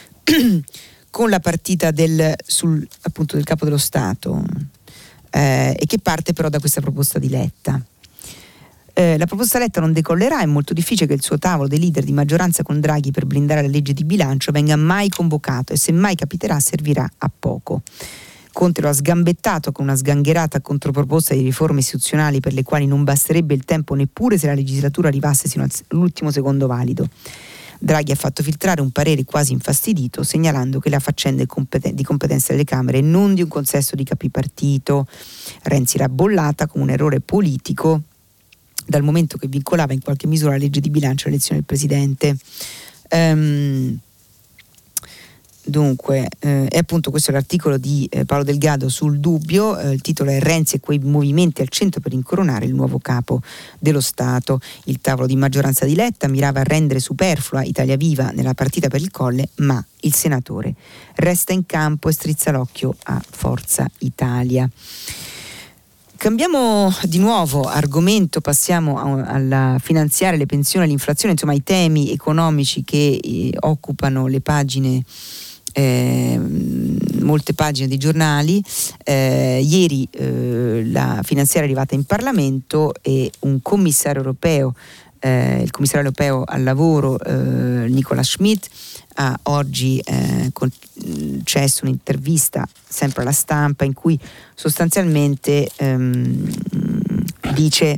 [SPEAKER 3] con la partita del, sul, appunto del Capo dello Stato eh, e che parte però da questa proposta di Letta. Eh, la proposta Letta non decollerà, è molto difficile che il suo tavolo dei leader di maggioranza con Draghi per blindare la legge di bilancio venga mai convocato e se mai capiterà servirà a poco. Conte lo ha sgambettato con una sgangherata controproposta di riforme istituzionali per le quali non basterebbe il tempo neppure se la legislatura arrivasse sino all'ultimo secondo valido. Draghi ha fatto filtrare un parere quasi infastidito segnalando che la faccenda è competen- di competenza delle Camere e non di un consesso di capipartito. Renzi l'ha bollata come un errore politico dal momento che vincolava in qualche misura la legge di bilancio all'elezione del Presidente. Um, dunque, eh, è appunto questo l'articolo di eh, Paolo Delgado sul Dubbio, eh, il titolo è Renzi e quei movimenti al centro per incoronare il nuovo capo dello Stato. Il tavolo di maggioranza di Letta mirava a rendere superflua Italia Viva nella partita per il Colle, ma il senatore resta in campo e strizza l'occhio a Forza Italia. Cambiamo di nuovo argomento, passiamo a, alla finanziaria, le pensioni, all'inflazione, insomma i temi economici che eh, occupano le pagine, eh, molte pagine dei giornali. Eh, ieri eh, la finanziaria è arrivata in Parlamento e un commissario europeo, eh, il commissario europeo al lavoro eh, Nicola Schmidt, ha oggi eh, concesso un'intervista sempre alla Stampa in cui sostanzialmente ehm, dice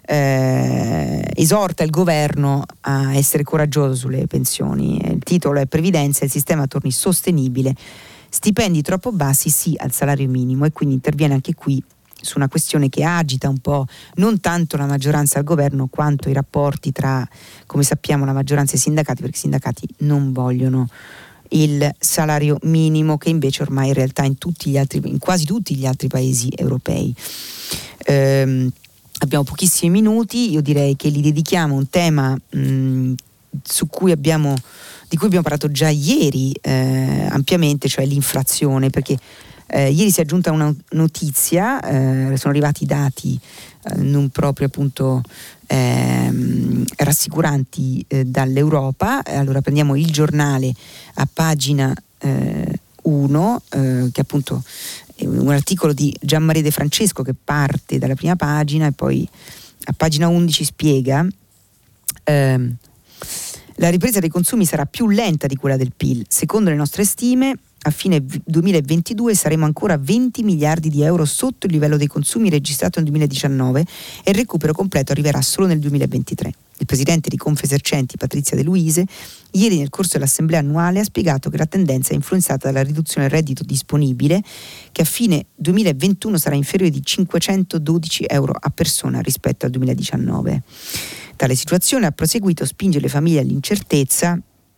[SPEAKER 3] eh, esorta il governo a essere coraggioso sulle pensioni. Il titolo è Previdenza, il sistema torni sostenibile Stipendi troppo bassi sì al salario minimo, e quindi interviene anche qui su una questione che agita un po' non tanto la maggioranza al governo quanto i rapporti tra, come sappiamo, la maggioranza e i sindacati, perché i sindacati non vogliono il salario minimo, che invece ormai in realtà in tutti gli altri, in quasi tutti gli altri paesi europei. Ehm, abbiamo pochissimi minuti, io direi che li dedichiamo a un tema mh, su cui abbiamo di cui abbiamo parlato già ieri eh, ampiamente, cioè l'inflazione, perché eh, ieri si è aggiunta una notizia, eh, sono arrivati i dati eh, non proprio appunto ehm, rassicuranti eh, dall'Europa. Allora prendiamo il Giornale a pagina eh, uno, eh, che appunto è un articolo di Gianmaria De Francesco che parte dalla prima pagina e poi a pagina undici spiega ehm, la ripresa dei consumi sarà più lenta di quella del P I L. Secondo le nostre stime, a fine duemilaventidue saremo ancora venti miliardi di euro sotto il livello dei consumi registrato nel duemiladiciannove e il recupero completo arriverà solo nel duemilaventitré. Il presidente di Confesercenti, Patrizia De Luise, ieri nel corso dell'assemblea annuale ha spiegato che la tendenza è influenzata dalla riduzione del reddito disponibile, che a fine duemilaventuno sarà inferiore di cinquecentododici euro a persona rispetto al duemiladiciannove. Tale situazione, ha proseguito, spinge le famiglie all'incertezza,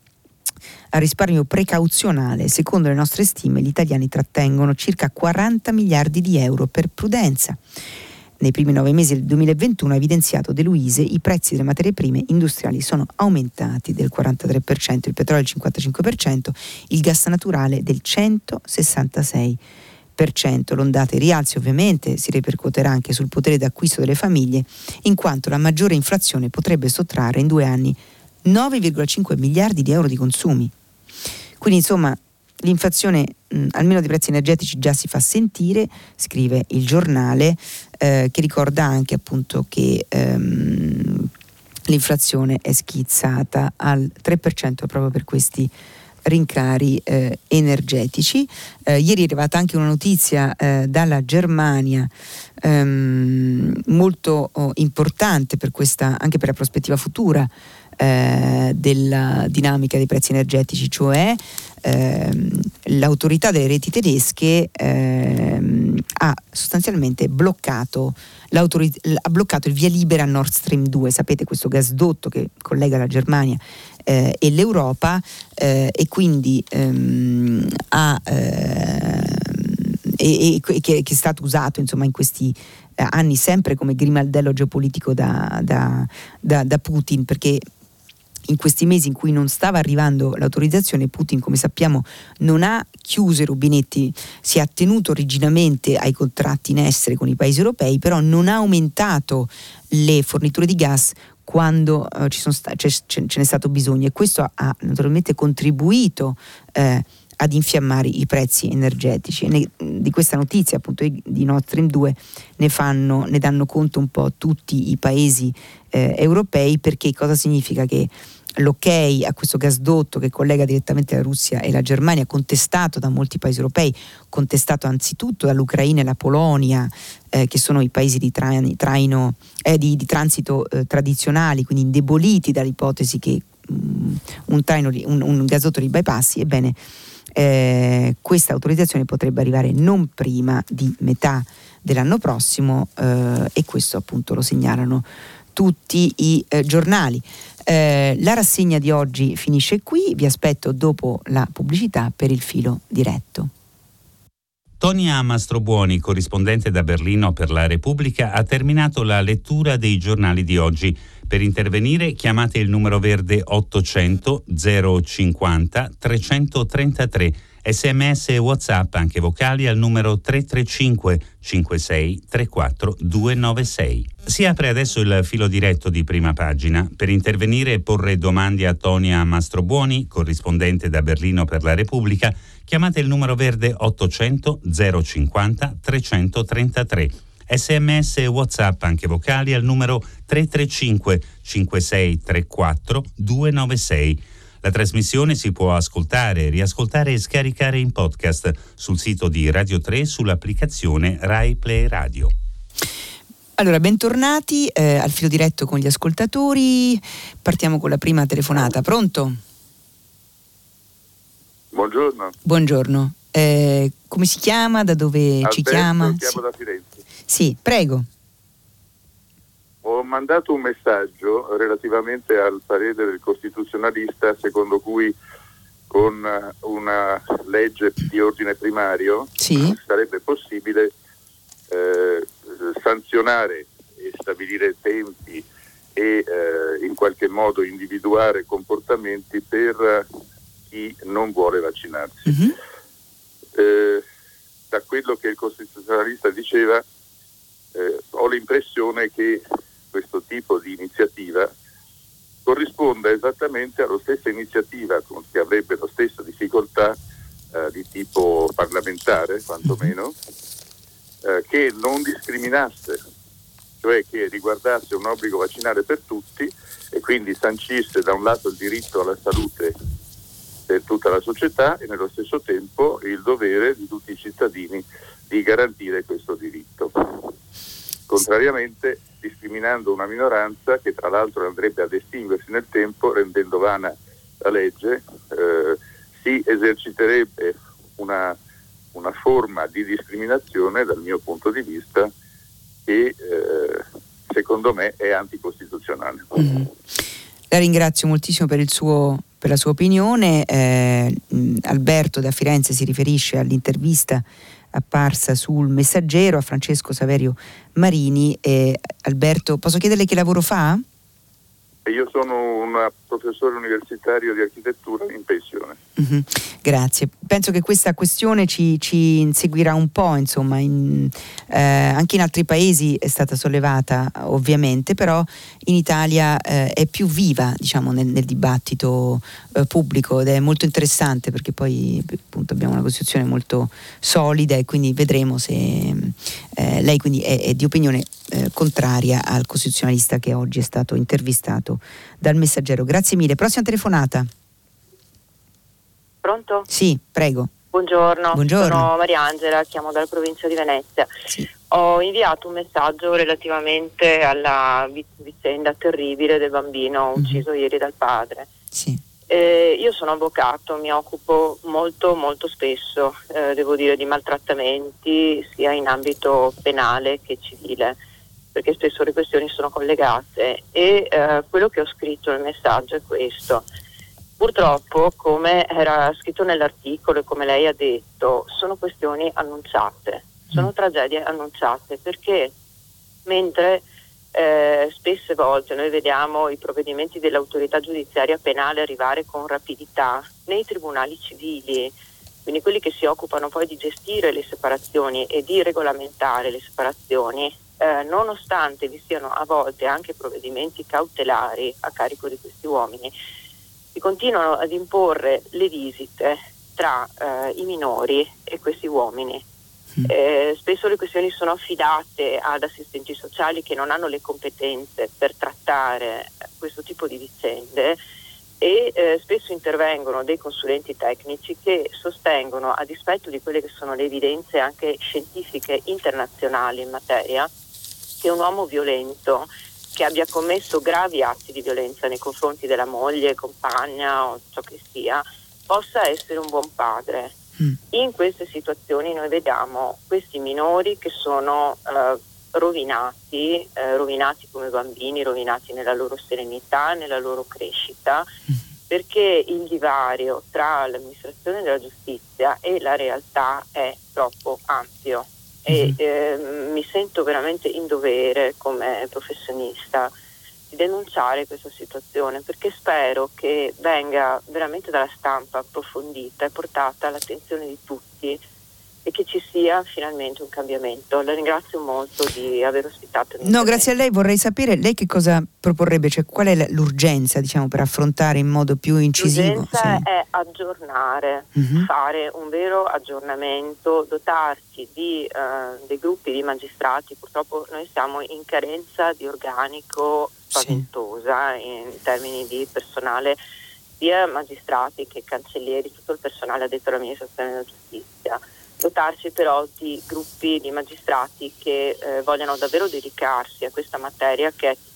[SPEAKER 3] al risparmio precauzionale. Secondo le nostre stime, gli italiani trattengono circa quaranta miliardi di euro per prudenza. Nei primi nove mesi del duemilaventuno, ha evidenziato De Luise, i prezzi delle materie prime industriali sono aumentati del quarantatré per cento, il petrolio del cinquantacinque per cento, il gas naturale del centosessantasei per cento. L'ondata di rialzi ovviamente si ripercuoterà anche sul potere d'acquisto delle famiglie, in quanto la maggiore inflazione potrebbe sottrarre in due anni nove virgola cinque miliardi di euro di consumi. Quindi insomma l'inflazione mh, almeno dei prezzi energetici già si fa sentire, scrive il Giornale, eh, che ricorda anche appunto che ehm, l'inflazione è schizzata al tre per cento proprio per questi rincari eh, energetici. Eh, ieri è arrivata anche una notizia eh, dalla Germania ehm, molto oh, importante per questa, anche per la prospettiva futura eh, della dinamica dei prezzi energetici, cioè ehm, l'autorità delle reti tedesche ehm, ha sostanzialmente bloccato ha bloccato il via libera Nord Stream due, sapete, questo gasdotto che collega la Germania eh, e l'Europa eh, e quindi ehm, ha eh, e, e che, che è stato usato insomma in questi eh, anni sempre come grimaldello geopolitico da, da, da, da Putin, perché in questi mesi in cui non stava arrivando l'autorizzazione, Putin, come sappiamo, non ha chiuso i rubinetti, si è attenuto rigidamente ai contratti in essere con i paesi europei, però non ha aumentato le forniture di gas quando uh, ci sono sta- ce, ce, ce n'è stato bisogno, e questo ha, ha naturalmente contribuito eh, ad infiammare i prezzi energetici. Ne, di questa notizia appunto di Nord Stream due ne fanno, ne danno conto un po' tutti i paesi eh, europei, perché cosa significa? Che l'ok a questo gasdotto che collega direttamente la Russia e la Germania, contestato da molti paesi europei, contestato anzitutto dall'Ucraina e la Polonia, eh, che sono i paesi di, traino, traino, eh, di, di transito eh, tradizionali, quindi indeboliti dall'ipotesi che um, un, traino, un, un gasdotto li bypassi. Ebbene, eh, questa autorizzazione potrebbe arrivare non prima di metà dell'anno prossimo, eh, e questo appunto lo segnalano tutti i eh, giornali. Eh, la rassegna di oggi finisce qui, vi aspetto dopo la pubblicità per il filo diretto.
[SPEAKER 2] Tonia Mastrobuoni, corrispondente da Berlino per la Repubblica, ha terminato la lettura dei giornali di oggi. Per intervenire chiamate il numero verde ottocento zero cinquanta trecentotrentatré, sms e WhatsApp anche vocali al numero tre tre cinque cinque sei tre quattro due nove sei. Si apre adesso il filo diretto di Prima Pagina. Per intervenire e porre domande a Tonia Mastrobuoni, corrispondente da Berlino per la Repubblica, chiamate il numero verde ottocento zero cinquanta trecentotrentatré. sms e WhatsApp anche vocali al numero tre tre cinque cinque sei tre quattro due nove sei. La trasmissione si può ascoltare, riascoltare e scaricare in podcast sul sito di Radio tre, sull'applicazione Rai Play Radio.
[SPEAKER 3] Allora, bentornati eh, al filo diretto con gli ascoltatori. Partiamo con la prima telefonata. Pronto?
[SPEAKER 1] Buongiorno.
[SPEAKER 3] Buongiorno. Eh, come si chiama? Da dove
[SPEAKER 1] Alberto,
[SPEAKER 3] ci chiama?
[SPEAKER 1] chiamo
[SPEAKER 3] Sì.
[SPEAKER 1] da Firenze.
[SPEAKER 3] Sì, prego.
[SPEAKER 1] Ho mandato un messaggio relativamente al parere del costituzionalista secondo cui con una legge di ordine primario
[SPEAKER 3] sì.
[SPEAKER 1] sarebbe possibile eh, sanzionare e stabilire tempi e eh, in qualche modo individuare comportamenti per chi non vuole vaccinarsi.
[SPEAKER 3] Mm-hmm.
[SPEAKER 1] Eh, da quello che il costituzionalista diceva eh, ho l'impressione che questo tipo di iniziativa corrisponda esattamente alla stessa iniziativa che avrebbe la stessa difficoltà eh, di tipo parlamentare quantomeno, eh, che non discriminasse, cioè che riguardasse un obbligo vaccinale per tutti e quindi sancisse da un lato il diritto alla salute per tutta la società e nello stesso tempo il dovere di tutti i cittadini di garantire questo diritto. Contrariamente, discriminando una minoranza che tra l'altro andrebbe ad estinguersi nel tempo, rendendo vana la legge, eh, si eserciterebbe una, una forma di discriminazione dal mio punto di vista che eh, secondo me è anticostituzionale.
[SPEAKER 3] Mm-hmm. La ringrazio moltissimo per il suo per la sua opinione. eh, Alberto da Firenze si riferisce all'intervista apparsa sul Messaggero a Francesco Saverio Marini. E Alberto, posso chiederle che lavoro fa?
[SPEAKER 1] Io sono un professore universitario di architettura in pensione.
[SPEAKER 3] Mm-hmm. Grazie. Penso che questa questione ci, ci inseguirà un po', insomma, in, eh, anche in altri paesi è stata sollevata ovviamente, però in Italia eh, è più viva, diciamo, nel, nel dibattito eh, pubblico ed è molto interessante perché poi appunto abbiamo una Costituzione molto solida e quindi vedremo se eh, lei quindi è, è di opinione eh, contraria al costituzionalista che oggi è stato intervistato dal Messaggero. Grazie mille. Prossima telefonata.
[SPEAKER 4] Pronto?
[SPEAKER 3] Sì, prego.
[SPEAKER 4] Buongiorno,
[SPEAKER 3] Buongiorno.
[SPEAKER 4] Sono Mariangela, chiamo dalla provincia di Venezia.
[SPEAKER 3] Sì.
[SPEAKER 4] Ho inviato un messaggio relativamente alla vicenda terribile del bambino ucciso mm-hmm. ieri dal padre.
[SPEAKER 3] Sì.
[SPEAKER 4] Eh, io sono avvocato, mi occupo molto molto spesso, eh, devo dire, di maltrattamenti sia in ambito penale che civile, perché spesso le questioni sono collegate e eh, quello che ho scritto nel messaggio è questo. Purtroppo, come era scritto nell'articolo e come lei ha detto, sono questioni annunciate, sono mm. tragedie annunciate, perché mentre eh, spesse volte noi vediamo i provvedimenti dell'autorità giudiziaria penale arrivare con rapidità nei tribunali civili, quindi quelli che si occupano poi di gestire le separazioni e di regolamentare le separazioni, eh, nonostante vi siano a volte anche provvedimenti cautelari a carico di questi uomini, si continuano ad imporre le visite tra eh, i minori e questi uomini. Mm. Eh, spesso le questioni sono affidate ad assistenti sociali che non hanno le competenze per trattare questo tipo di vicende e eh, spesso intervengono dei consulenti tecnici che sostengono, a dispetto di quelle che sono le evidenze anche scientifiche internazionali in materia, che un uomo violento che abbia commesso gravi atti di violenza nei confronti della moglie, compagna o ciò che sia, possa essere un buon padre. Mm. In queste situazioni noi vediamo questi minori che sono eh, rovinati, eh, rovinati come bambini, rovinati nella loro serenità, nella loro crescita, mm. perché il divario tra l'amministrazione della giustizia e la realtà è troppo ampio. E eh, mi sento veramente in dovere come professionista di denunciare questa situazione, perché spero che venga veramente dalla stampa approfondita e portata all'attenzione di tutti e che ci sia finalmente un cambiamento. La ringrazio molto di aver ospitato il mio
[SPEAKER 3] No, grazie a lei. Vorrei sapere lei che cosa proporrebbe, cioè qual è l'urgenza, diciamo, per affrontare in modo più incisivo?
[SPEAKER 4] L'urgenza
[SPEAKER 3] sì.
[SPEAKER 4] è aggiornare,
[SPEAKER 3] uh-huh.
[SPEAKER 4] fare un vero aggiornamento, dotarsi di uh, dei gruppi di magistrati. Purtroppo noi siamo in carenza di organico spaventosa sì. in termini di personale, sia magistrati che cancellieri, tutto il personale addetto all'amministrazione della giustizia. Dotarci però di gruppi di magistrati che eh, vogliano davvero dedicarsi a questa materia che è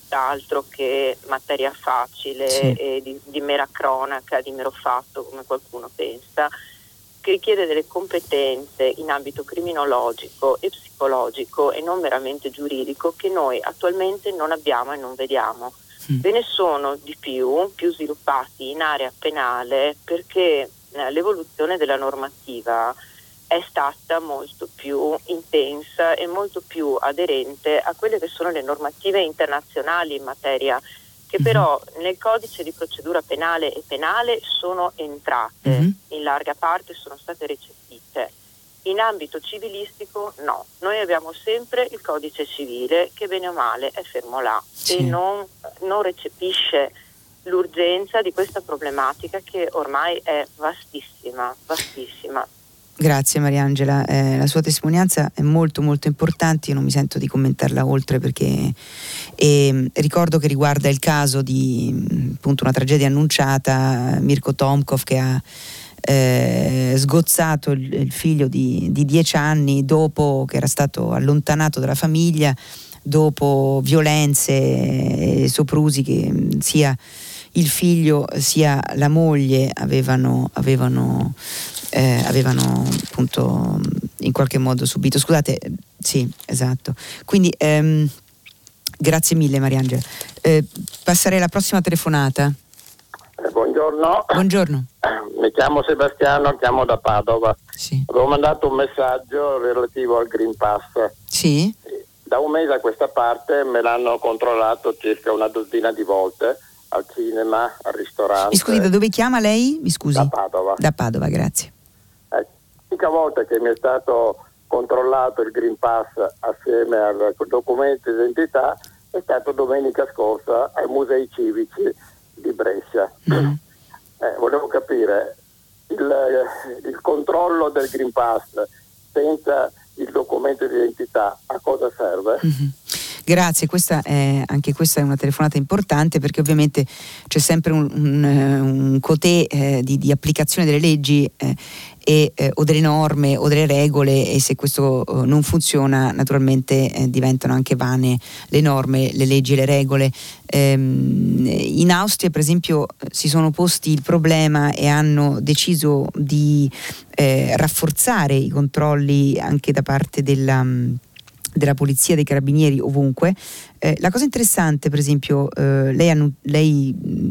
[SPEAKER 4] tutt'altro che materia facile sì. e di, di mera cronaca, di mero fatto, come qualcuno pensa, che richiede delle competenze in ambito criminologico e psicologico e non meramente giuridico che noi attualmente non abbiamo e non vediamo. Mm. Ve ne sono di più, più sviluppati in area penale, perché eh, l'evoluzione della normativa è stata molto più intensa e molto più aderente a quelle che sono le normative internazionali in materia, che però nel codice di procedura penale e penale sono entrate, mm-hmm. in larga parte sono state recepite. In ambito civilistico no, noi abbiamo sempre il codice civile che bene o male è fermo là sì. e non, non recepisce l'urgenza di questa problematica che ormai è vastissima, vastissima.
[SPEAKER 3] Grazie Mariangela, eh, la sua testimonianza è molto molto importante, io non mi sento di commentarla oltre perché eh, ricordo che riguarda il caso di appunto una tragedia annunciata, Mirko Tomkov, che ha eh, sgozzato il, il figlio di, di dieci anni dopo che era stato allontanato dalla famiglia, dopo violenze e soprusi che sia il figlio sia la moglie avevano avevano Eh, avevano appunto in qualche modo subito. Scusate, sì, esatto. Quindi ehm, grazie mille Mariangela. Eh, passerei alla prossima telefonata.
[SPEAKER 5] Eh, buongiorno.
[SPEAKER 3] Buongiorno.
[SPEAKER 5] Mi chiamo Sebastiano, chiamo da Padova.
[SPEAKER 3] Sì.
[SPEAKER 5] Avevo mandato un messaggio relativo al Green Pass.
[SPEAKER 3] Sì.
[SPEAKER 5] Da un mese a questa parte me l'hanno controllato circa una dozzina di volte, al cinema, al ristorante.
[SPEAKER 3] Mi scusi, da dove chiama lei? Mi scusi.
[SPEAKER 5] Da Padova.
[SPEAKER 3] Da Padova, grazie.
[SPEAKER 5] L'unica volta che mi è stato controllato il Green Pass assieme al documento di identità è stato domenica scorsa ai Musei Civici di Brescia. Mm. Eh, volevo capire, il, il controllo del Green Pass senza il documento di identità a cosa serve? Mm-hmm.
[SPEAKER 3] Grazie, questa è, anche questa è una telefonata importante perché ovviamente c'è sempre un, un, un cotè eh, di, di applicazione delle leggi eh, e, eh, o delle norme o delle regole, e se questo eh, non funziona naturalmente eh, diventano anche vane le norme, le leggi e le regole. Ehm, in Austria per esempio si sono posti il problema e hanno deciso di eh, rafforzare i controlli anche da parte della della polizia, dei carabinieri ovunque. Eh, la cosa interessante, per esempio, eh, lei, annu- lei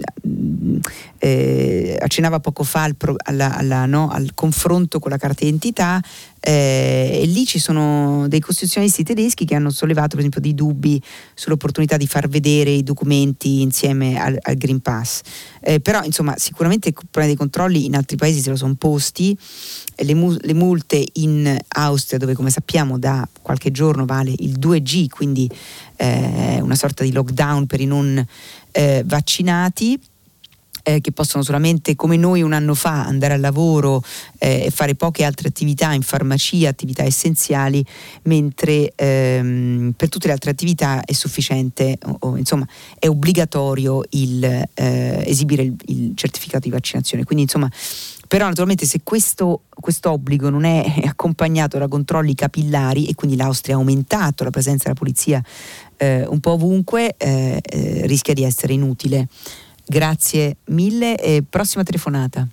[SPEAKER 3] eh, accennava poco fa al, pro- alla, alla, no, al confronto con la carta d'identità, eh, e lì ci sono dei costituzionalisti tedeschi che hanno sollevato per esempio dei dubbi sull'opportunità di far vedere i documenti insieme al, al Green Pass. Eh, però insomma sicuramente il problema dei controlli in altri paesi se lo sono posti. Le, mu- le multe in Austria, dove come sappiamo da qualche giorno vale il due G, quindi eh, una sorta di lockdown per i non eh, vaccinati, eh, che possono solamente come noi un anno fa andare al lavoro e eh, fare poche altre attività in farmacia, attività essenziali, mentre ehm, per tutte le altre attività è sufficiente o, o insomma è obbligatorio il eh, esibire il, il certificato di vaccinazione. Quindi insomma, però naturalmente se questo obbligo non è accompagnato da controlli capillari, e quindi l'Austria ha aumentato la presenza della polizia eh, un po' ovunque, eh, eh, rischia di essere inutile. Grazie mille. E prossima telefonata.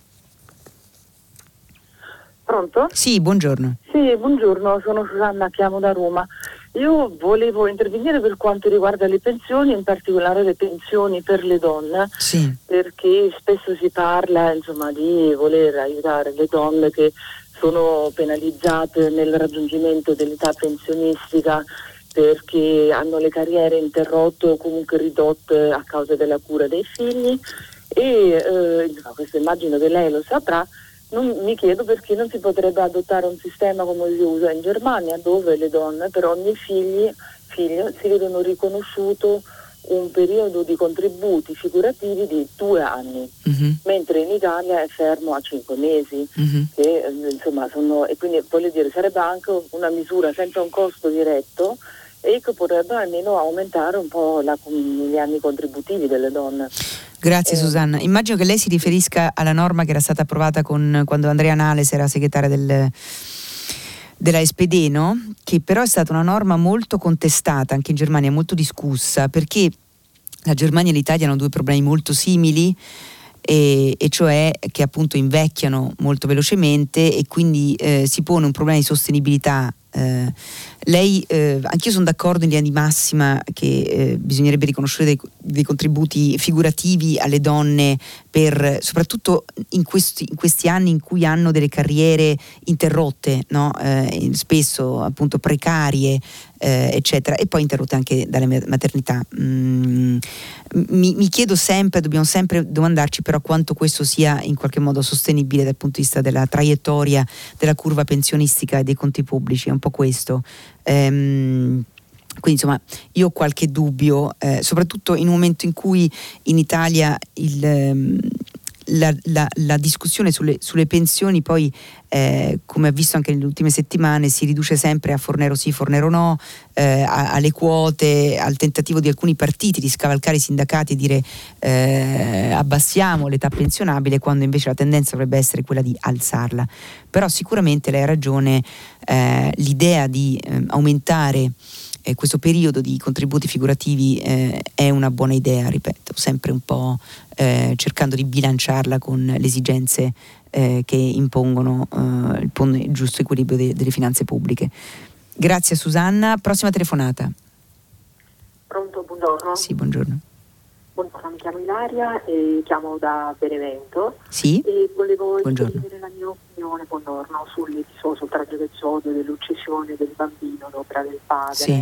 [SPEAKER 6] Pronto?
[SPEAKER 3] Sì, buongiorno.
[SPEAKER 6] Sì, buongiorno, sono Susanna, chiamo da Roma. Io volevo intervenire per quanto riguarda le pensioni, in particolare le pensioni per le donne,
[SPEAKER 3] sì.
[SPEAKER 6] Perché spesso si parla insomma di voler aiutare le donne che sono penalizzate nel raggiungimento dell'età pensionistica perché hanno le carriere interrotte o comunque ridotte a causa della cura dei figli e eh, insomma, questo immagino che lei lo saprà. Non, mi chiedo perché non si potrebbe adottare un sistema come si usa in Germania, dove le donne per ogni figli, figlio si vedono riconosciuto un periodo di contributi figurativi di due anni, uh-huh. mentre in Italia è fermo a cinque mesi, uh-huh. che insomma sono, e quindi voglio dire sarebbe anche una misura senza un costo diretto e che potrebbe almeno aumentare un po' la, gli anni contributivi delle donne.
[SPEAKER 3] Grazie eh. Susanna. Immagino che lei si riferisca alla norma che era stata approvata con, quando Andrea Nales era segretaria del, della S P D, no? Che però è stata una norma molto contestata anche in Germania, molto discussa, perché la Germania e l'Italia hanno due problemi molto simili, e, e cioè che appunto invecchiano molto velocemente e quindi eh, si pone un problema di sostenibilità. Eh, lei, eh, anch'io sono d'accordo in linea di massima che eh, bisognerebbe riconoscere dei, dei contributi figurativi alle donne, per soprattutto in questi, in questi anni in cui hanno delle carriere interrotte, no? Eh, spesso appunto precarie, eh, eccetera, e poi interrotte anche dalle maternità. Mm, mi, mi chiedo sempre, dobbiamo sempre domandarci però quanto questo sia in qualche modo sostenibile dal punto di vista della traiettoria della curva pensionistica e dei conti pubblici. È un po' questo. Ehm, quindi insomma io ho qualche dubbio, eh, soprattutto in un momento in cui in Italia il, ehm, la, la, la discussione sulle, sulle pensioni poi, eh, come ha visto anche nelle ultime settimane, si riduce sempre a Fornero sì, Fornero no, eh, a, alle quote, al tentativo di alcuni partiti di scavalcare i sindacati e dire eh, abbassiamo l'età pensionabile, quando invece la tendenza dovrebbe essere quella di alzarla. Però sicuramente lei ha ragione, eh, l'idea di eh, aumentare eh, questo periodo di contributi figurativi eh, è una buona idea, ripeto, sempre un po' eh, cercando di bilanciarla con le esigenze eh, che impongono eh, il, pon- il giusto equilibrio de- delle finanze pubbliche. Grazie Susanna. Prossima telefonata.
[SPEAKER 7] Pronto, buongiorno.
[SPEAKER 3] Sì, buongiorno.
[SPEAKER 7] Buongiorno, mi chiamo Ilaria e chiamo da Benevento.
[SPEAKER 3] Sì.
[SPEAKER 7] E volevo
[SPEAKER 3] Buongiorno.
[SPEAKER 7] esprimere la mia opinione, buongiorno, sull'episodio, sul tragico episodio dell'uccisione del bambino all'opera del padre.
[SPEAKER 3] Sì.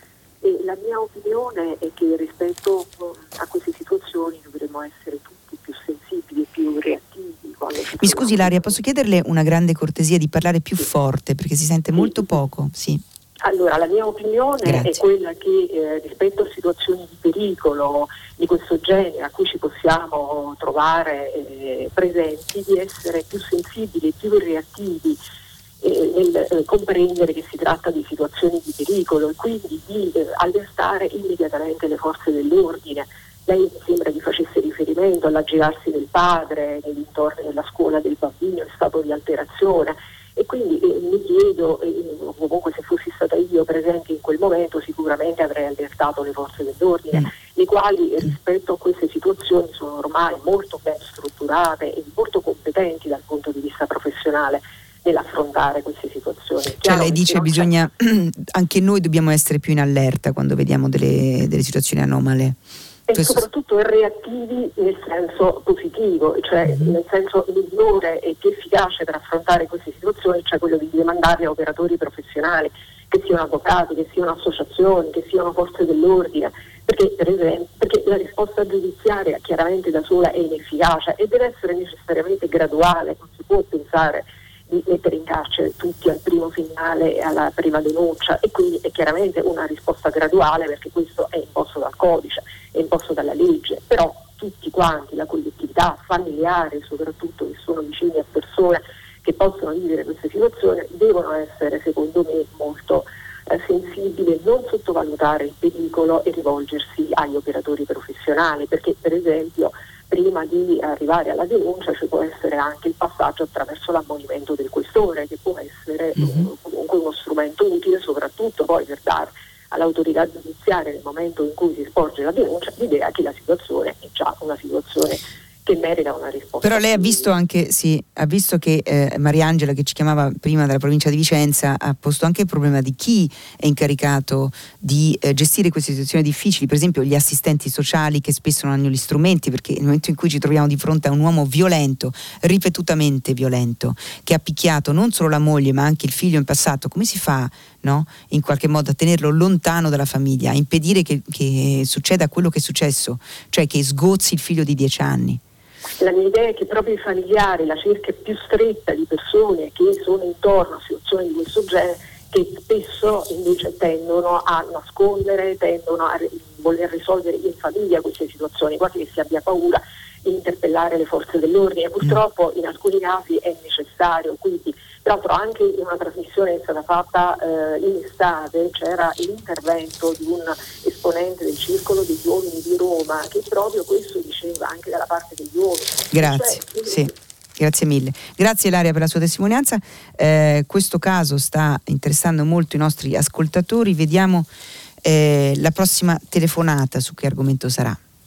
[SPEAKER 7] E la mia opinione è che rispetto a queste situazioni dovremmo essere tutti più sensibili e più reattivi. Quando ci
[SPEAKER 3] Mi scusi Ilaria, posso chiederle una grande cortesia di parlare più
[SPEAKER 7] Sì.
[SPEAKER 3] forte perché si sente molto poco? Sì.
[SPEAKER 7] Allora, la mia opinione
[SPEAKER 3] Grazie.
[SPEAKER 7] è quella che eh, rispetto a situazioni di pericolo di questo genere a cui ci possiamo trovare eh, presenti, di essere più sensibili e più reattivi eh, nel eh, comprendere che si tratta di situazioni di pericolo e quindi di eh, allertare immediatamente le forze dell'ordine. Lei mi sembra che facesse riferimento all'aggirarsi del padre nei dintorni della scuola del bambino in stato di alterazione. E quindi eh, mi chiedo, eh, comunque se fossi stata io presente in quel momento sicuramente avrei allertato le forze dell'ordine, mm. le quali eh, rispetto a queste situazioni sono ormai molto ben strutturate e molto competenti dal punto di vista professionale nell'affrontare queste situazioni.
[SPEAKER 3] Cioè
[SPEAKER 7] Chiaro
[SPEAKER 3] lei
[SPEAKER 7] che
[SPEAKER 3] dice
[SPEAKER 7] non
[SPEAKER 3] bisogna anche noi dobbiamo essere più in allerta quando vediamo delle, delle situazioni anomale.
[SPEAKER 7] E
[SPEAKER 3] Questo...
[SPEAKER 7] soprattutto reattivi nel senso positivo, cioè mm-hmm. nel senso migliore e più efficace per affrontare queste situazioni, cioè quello di demandarle a operatori professionali, che siano avvocati, che siano associazioni, che siano forze dell'ordine, perché per esempio perché la risposta giudiziaria chiaramente da sola è inefficace e deve essere necessariamente graduale, non si può pensare di mettere in carcere tutti al primo finale e alla prima denuncia, e quindi è chiaramente una risposta graduale perché questo è imposto dal codice, è imposto dalla legge, però tutti quanti, la collettività, familiari soprattutto, che sono vicini a persone che possono vivere queste situazioni, devono essere secondo me molto eh, sensibili, non sottovalutare il pericolo e rivolgersi agli operatori professionali, perché per esempio prima di arrivare alla denuncia ci può essere anche il passaggio attraverso l'ammonimento del questore, che può essere mm-hmm. comunque uno strumento utile soprattutto poi per dare all'autorità giudiziaria nel momento in cui si sporge la denuncia l'idea che la situazione è già una situazione che merita una risposta.
[SPEAKER 3] Però lei ha visto anche, sì, ha visto che eh, Mariangela, che ci chiamava prima dalla provincia di Vicenza, ha posto anche il problema di chi è incaricato di eh, gestire queste situazioni difficili, per esempio gli assistenti sociali che spesso non hanno gli strumenti, perché nel momento in cui ci troviamo di fronte a un uomo violento, ripetutamente violento, che ha picchiato non solo la moglie ma anche il figlio in passato, come si fa, no? In qualche modo a tenerlo lontano dalla famiglia, a impedire che, che succeda quello che è successo, cioè che sgozzi il figlio di dieci anni?
[SPEAKER 7] La mia idea è che proprio i familiari, la cerchia più stretta di persone che sono intorno a situazioni di questo genere, che spesso invece tendono a nascondere, tendono a voler risolvere in famiglia queste situazioni, quasi che si abbia paura di interpellare le forze dell'ordine. Purtroppo in alcuni casi è necessario, quindi tra l'altro anche in una trasmissione che è stata fatta eh, in estate c'era l'intervento di un esponente del Circolo degli Uomini di Roma che proprio questo diceva anche dalla parte degli uomini.
[SPEAKER 3] Grazie,
[SPEAKER 7] cioè,
[SPEAKER 3] sì. Grazie mille. Grazie Ilaria per la sua testimonianza. Eh, questo caso sta interessando molto i nostri ascoltatori. Vediamo eh, la prossima telefonata su che argomento sarà.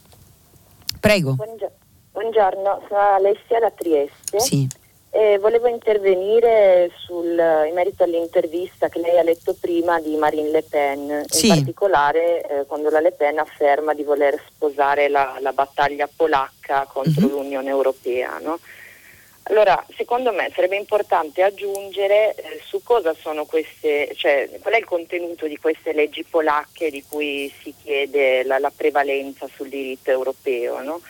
[SPEAKER 3] Prego.
[SPEAKER 8] Buongiorno, buongiorno, sono Alessia da Trieste.
[SPEAKER 3] Sì.
[SPEAKER 8] E volevo intervenire sul, in merito all'intervista che lei ha letto prima di Marine Le Pen,
[SPEAKER 3] sì.
[SPEAKER 8] in particolare eh, quando la Le Pen afferma di voler sposare la, la battaglia polacca contro uh-huh. l'Unione Europea, no? Allora, secondo me sarebbe importante aggiungere eh, su cosa sono queste, cioè qual è il contenuto di queste leggi polacche di cui si chiede la, la prevalenza sul diritto europeo, no?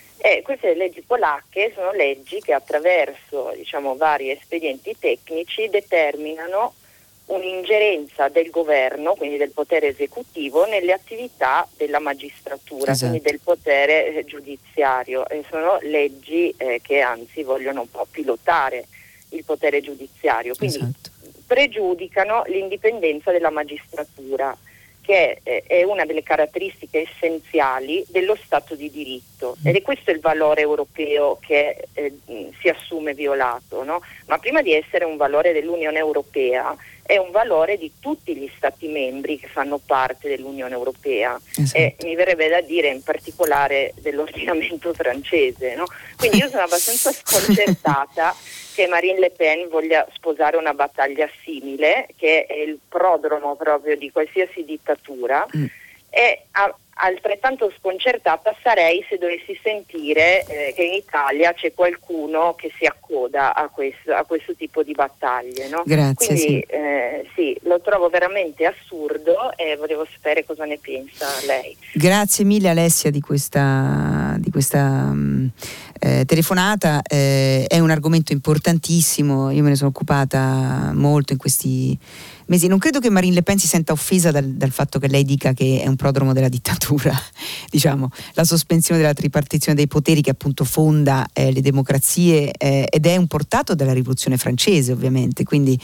[SPEAKER 8] E queste leggi polacche sono leggi che attraverso, diciamo, vari espedienti tecnici determinano un'ingerenza del governo, quindi del potere esecutivo, nelle attività della magistratura, esatto. quindi del potere eh, giudiziario. E sono leggi eh, che anzi vogliono un po' pilotare il potere giudiziario, quindi esatto. pregiudicano l'indipendenza della magistratura, che è, è una delle caratteristiche essenziali dello Stato di diritto, ed è questo il valore europeo che eh, si assume violato, no? Ma prima di essere un valore dell'Unione Europea è un valore di tutti gli Stati membri che fanno parte dell'Unione Europea, esatto. e mi verrebbe da dire in particolare dell'ordinamento francese, no? Quindi io sono abbastanza sconcertata che Marine Le Pen voglia sposare una battaglia simile, che è il prodromo proprio di qualsiasi dittatura, mm. e a, altrettanto sconcertata sarei se dovessi sentire eh, che in Italia c'è qualcuno che si accoda a questo, a questo tipo di battaglie, no?
[SPEAKER 3] Grazie.
[SPEAKER 8] Quindi
[SPEAKER 3] sì.
[SPEAKER 8] Eh, sì, lo trovo veramente assurdo e volevo sapere cosa ne pensa lei.
[SPEAKER 3] Grazie mille Alessia di questa, di questa um, eh, telefonata. Eh, è un argomento importantissimo, io me ne sono occupata molto in questi mesi. Non credo che Marine Le Pen si senta offesa dal, dal fatto che lei dica che è un prodromo della dittatura, diciamo, la sospensione della tripartizione dei poteri che appunto fonda eh, le democrazie eh, ed è un portato della rivoluzione francese, ovviamente, quindi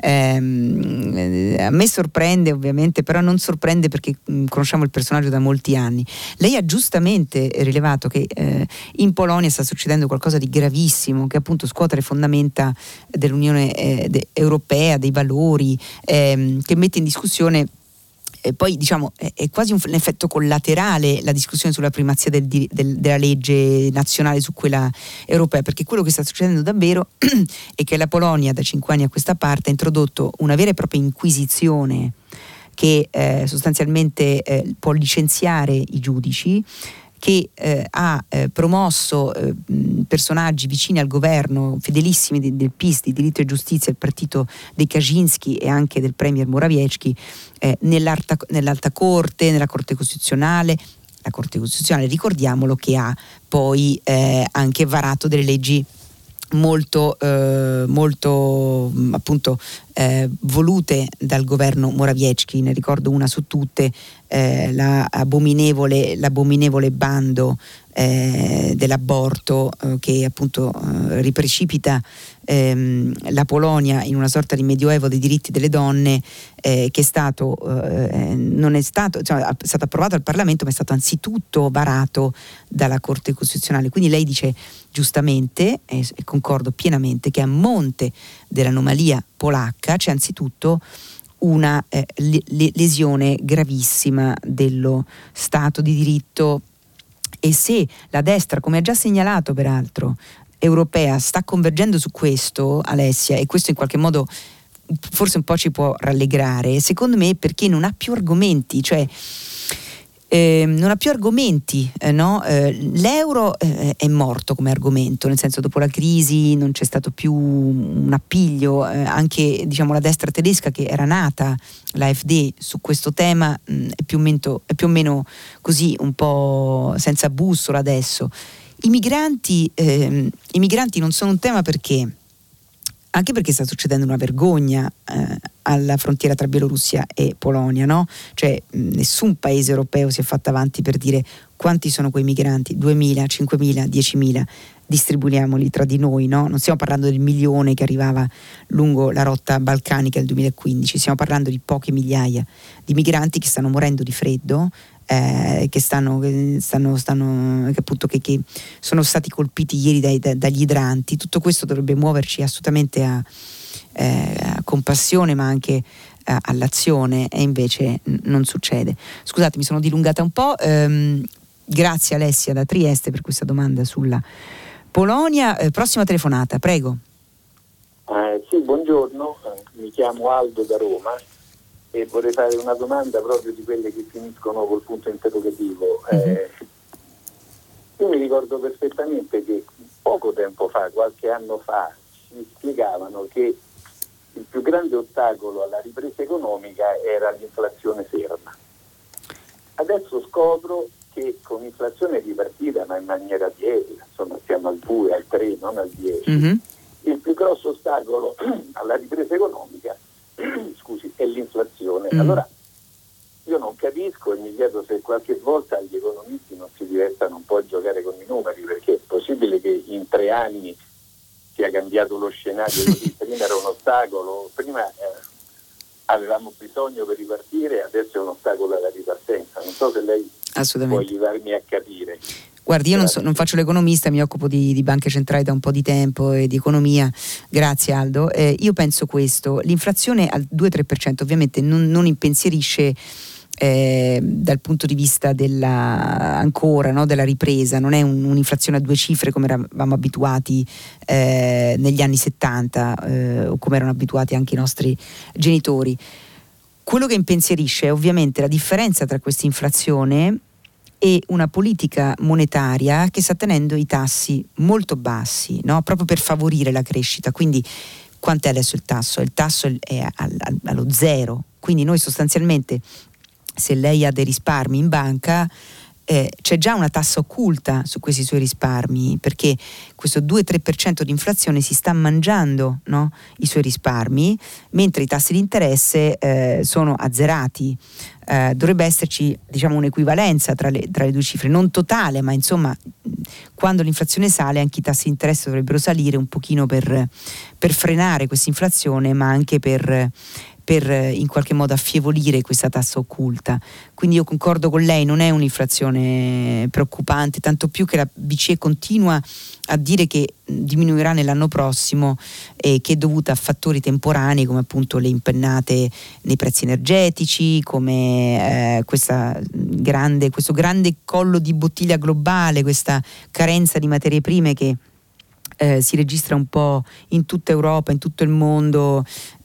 [SPEAKER 3] ehm, a me sorprende ovviamente, però non sorprende perché mh, conosciamo il personaggio da molti anni. Lei ha giustamente rilevato che eh, in Polonia sta succedendo qualcosa di gravissimo, che appunto scuote le fondamenta dell'Unione eh, de- Europea, dei valori, ehm, che mette in discussione eh, poi diciamo è, è quasi un, un effetto collaterale la discussione sulla primazia del, del, della legge nazionale su quella europea, perché quello che sta succedendo davvero è che la Polonia da cinque anni a questa parte ha introdotto una vera e propria inquisizione che eh, sostanzialmente eh, può licenziare i giudici, che eh, ha eh, promosso eh, personaggi vicini al governo, fedelissimi de, del P I S, di Diritto e Giustizia, il partito dei Kaczynski e anche del premier Morawiecki, eh, nell'alta, nell'alta corte, nella Corte Costituzionale. La Corte Costituzionale, ricordiamolo, che ha poi eh, anche varato delle leggi molto, eh, molto appunto eh, volute dal governo Morawiecki. Ne ricordo una su tutte, eh, la abominevole, l'abominevole bando eh, dell'aborto eh, che appunto eh, riprecipita ehm, la Polonia in una sorta di medioevo dei diritti delle donne, eh, che è stato eh, non è stato, cioè, è stato approvato al Parlamento, ma è stato anzitutto varato dalla Corte Costituzionale. Quindi lei dice giustamente, e, e concordo pienamente, che a monte dell'anomalia polacca c'è anzitutto una eh, le- lesione gravissima dello Stato di diritto, e se la destra, come ha già segnalato peraltro, europea, sta convergendo su questo, Alessia, e questo in qualche modo forse un po' ci può rallegrare, secondo me perché non ha più argomenti, cioè Eh, non ha più argomenti, eh, no? Eh, l'euro eh, è morto come argomento, nel senso, dopo la crisi non c'è stato più un appiglio, eh, anche diciamo la destra tedesca, che era nata, l'A F D, su questo tema mh, è, più o meno, è più o meno così, un po' senza bussola adesso. I migranti, eh, i migranti non sono un tema perché anche perché sta succedendo una vergogna eh, alla frontiera tra Bielorussia e Polonia, no? Cioè mh, nessun paese europeo si è fatto avanti per dire quanti sono quei migranti, duemila, cinquemila, diecimila, distribuiamoli tra di noi, no? Non stiamo parlando del milione che arrivava lungo la rotta balcanica nel duemilaquindici, stiamo parlando di poche migliaia di migranti che stanno morendo di freddo, Eh, che stanno, che stanno, stanno che appunto che, che sono stati colpiti ieri dai, da, dagli idranti. Tutto questo dovrebbe muoverci assolutamente a, eh, a compassione, ma anche a, all'azione, e invece n- non succede. Scusate, mi sono dilungata un po'. Ehm, Grazie Alessia da Trieste per questa domanda sulla Polonia. Eh, prossima telefonata, prego.
[SPEAKER 9] Eh, sì, buongiorno, mi chiamo Aldo da Roma e vorrei fare una domanda proprio di quelle che finiscono col punto interrogativo. Eh, mm-hmm. Io mi ricordo perfettamente che poco tempo fa, qualche anno fa, ci spiegavano che il più grande ostacolo alla ripresa economica era l'inflazione ferma. Adesso scopro che con inflazione ripartita, ma in maniera lieve, insomma siamo al due, al tre, non al dieci, mm-hmm. il più grosso ostacolo alla ripresa economica scusi, è l'inflazione. Mm. Allora io non capisco e mi chiedo se qualche volta gli economisti non si divertano un po' a giocare con i numeri, perché è possibile che in tre anni sia cambiato lo scenario così. Prima era un ostacolo, prima eh, avevamo bisogno per ripartire, adesso è un ostacolo alla ripartenza. Non so se lei può aiutarmi a capire.
[SPEAKER 3] Guardi, io non, so, non faccio l'economista, mi occupo di, di banche centrali da un po' di tempo e di economia. Grazie Aldo. Eh, io penso questo, l'inflazione al due tre per cento ovviamente non, non impensierisce eh, dal punto di vista della, ancora, no, della ripresa, non è un, un'inflazione a due cifre come eravamo abituati eh, negli anni settanta eh, o come erano abituati anche i nostri genitori. Quello che impensierisce è ovviamente la differenza tra questa inflazione e una politica monetaria che sta tenendo i tassi molto bassi, no? Proprio per favorire la crescita. Quindi quant'è adesso il tasso? Il tasso è al, al, allo zero, quindi noi sostanzialmente, se lei ha dei risparmi in banca, eh, c'è già una tassa occulta su questi suoi risparmi, perché questo due tre per cento di inflazione si sta mangiando, no, i suoi risparmi, mentre i tassi di interesse eh, sono azzerati. Eh, dovrebbe esserci, diciamo, un'equivalenza tra le, tra le due cifre, non totale, ma insomma quando l'inflazione sale anche i tassi di interesse dovrebbero salire un pochino per, per frenare questa inflazione, ma anche per per in qualche modo affievolire questa tassa occulta. Quindi io concordo con lei, non è un'inflazione preoccupante, tanto più che la B C E continua a dire che diminuirà nell'anno prossimo e che è dovuta a fattori temporanei come appunto le impennate nei prezzi energetici, come eh, questa grande, questo grande collo di bottiglia globale, questa carenza di materie prime che Eh, si registra un po' in tutta Europa, in tutto il mondo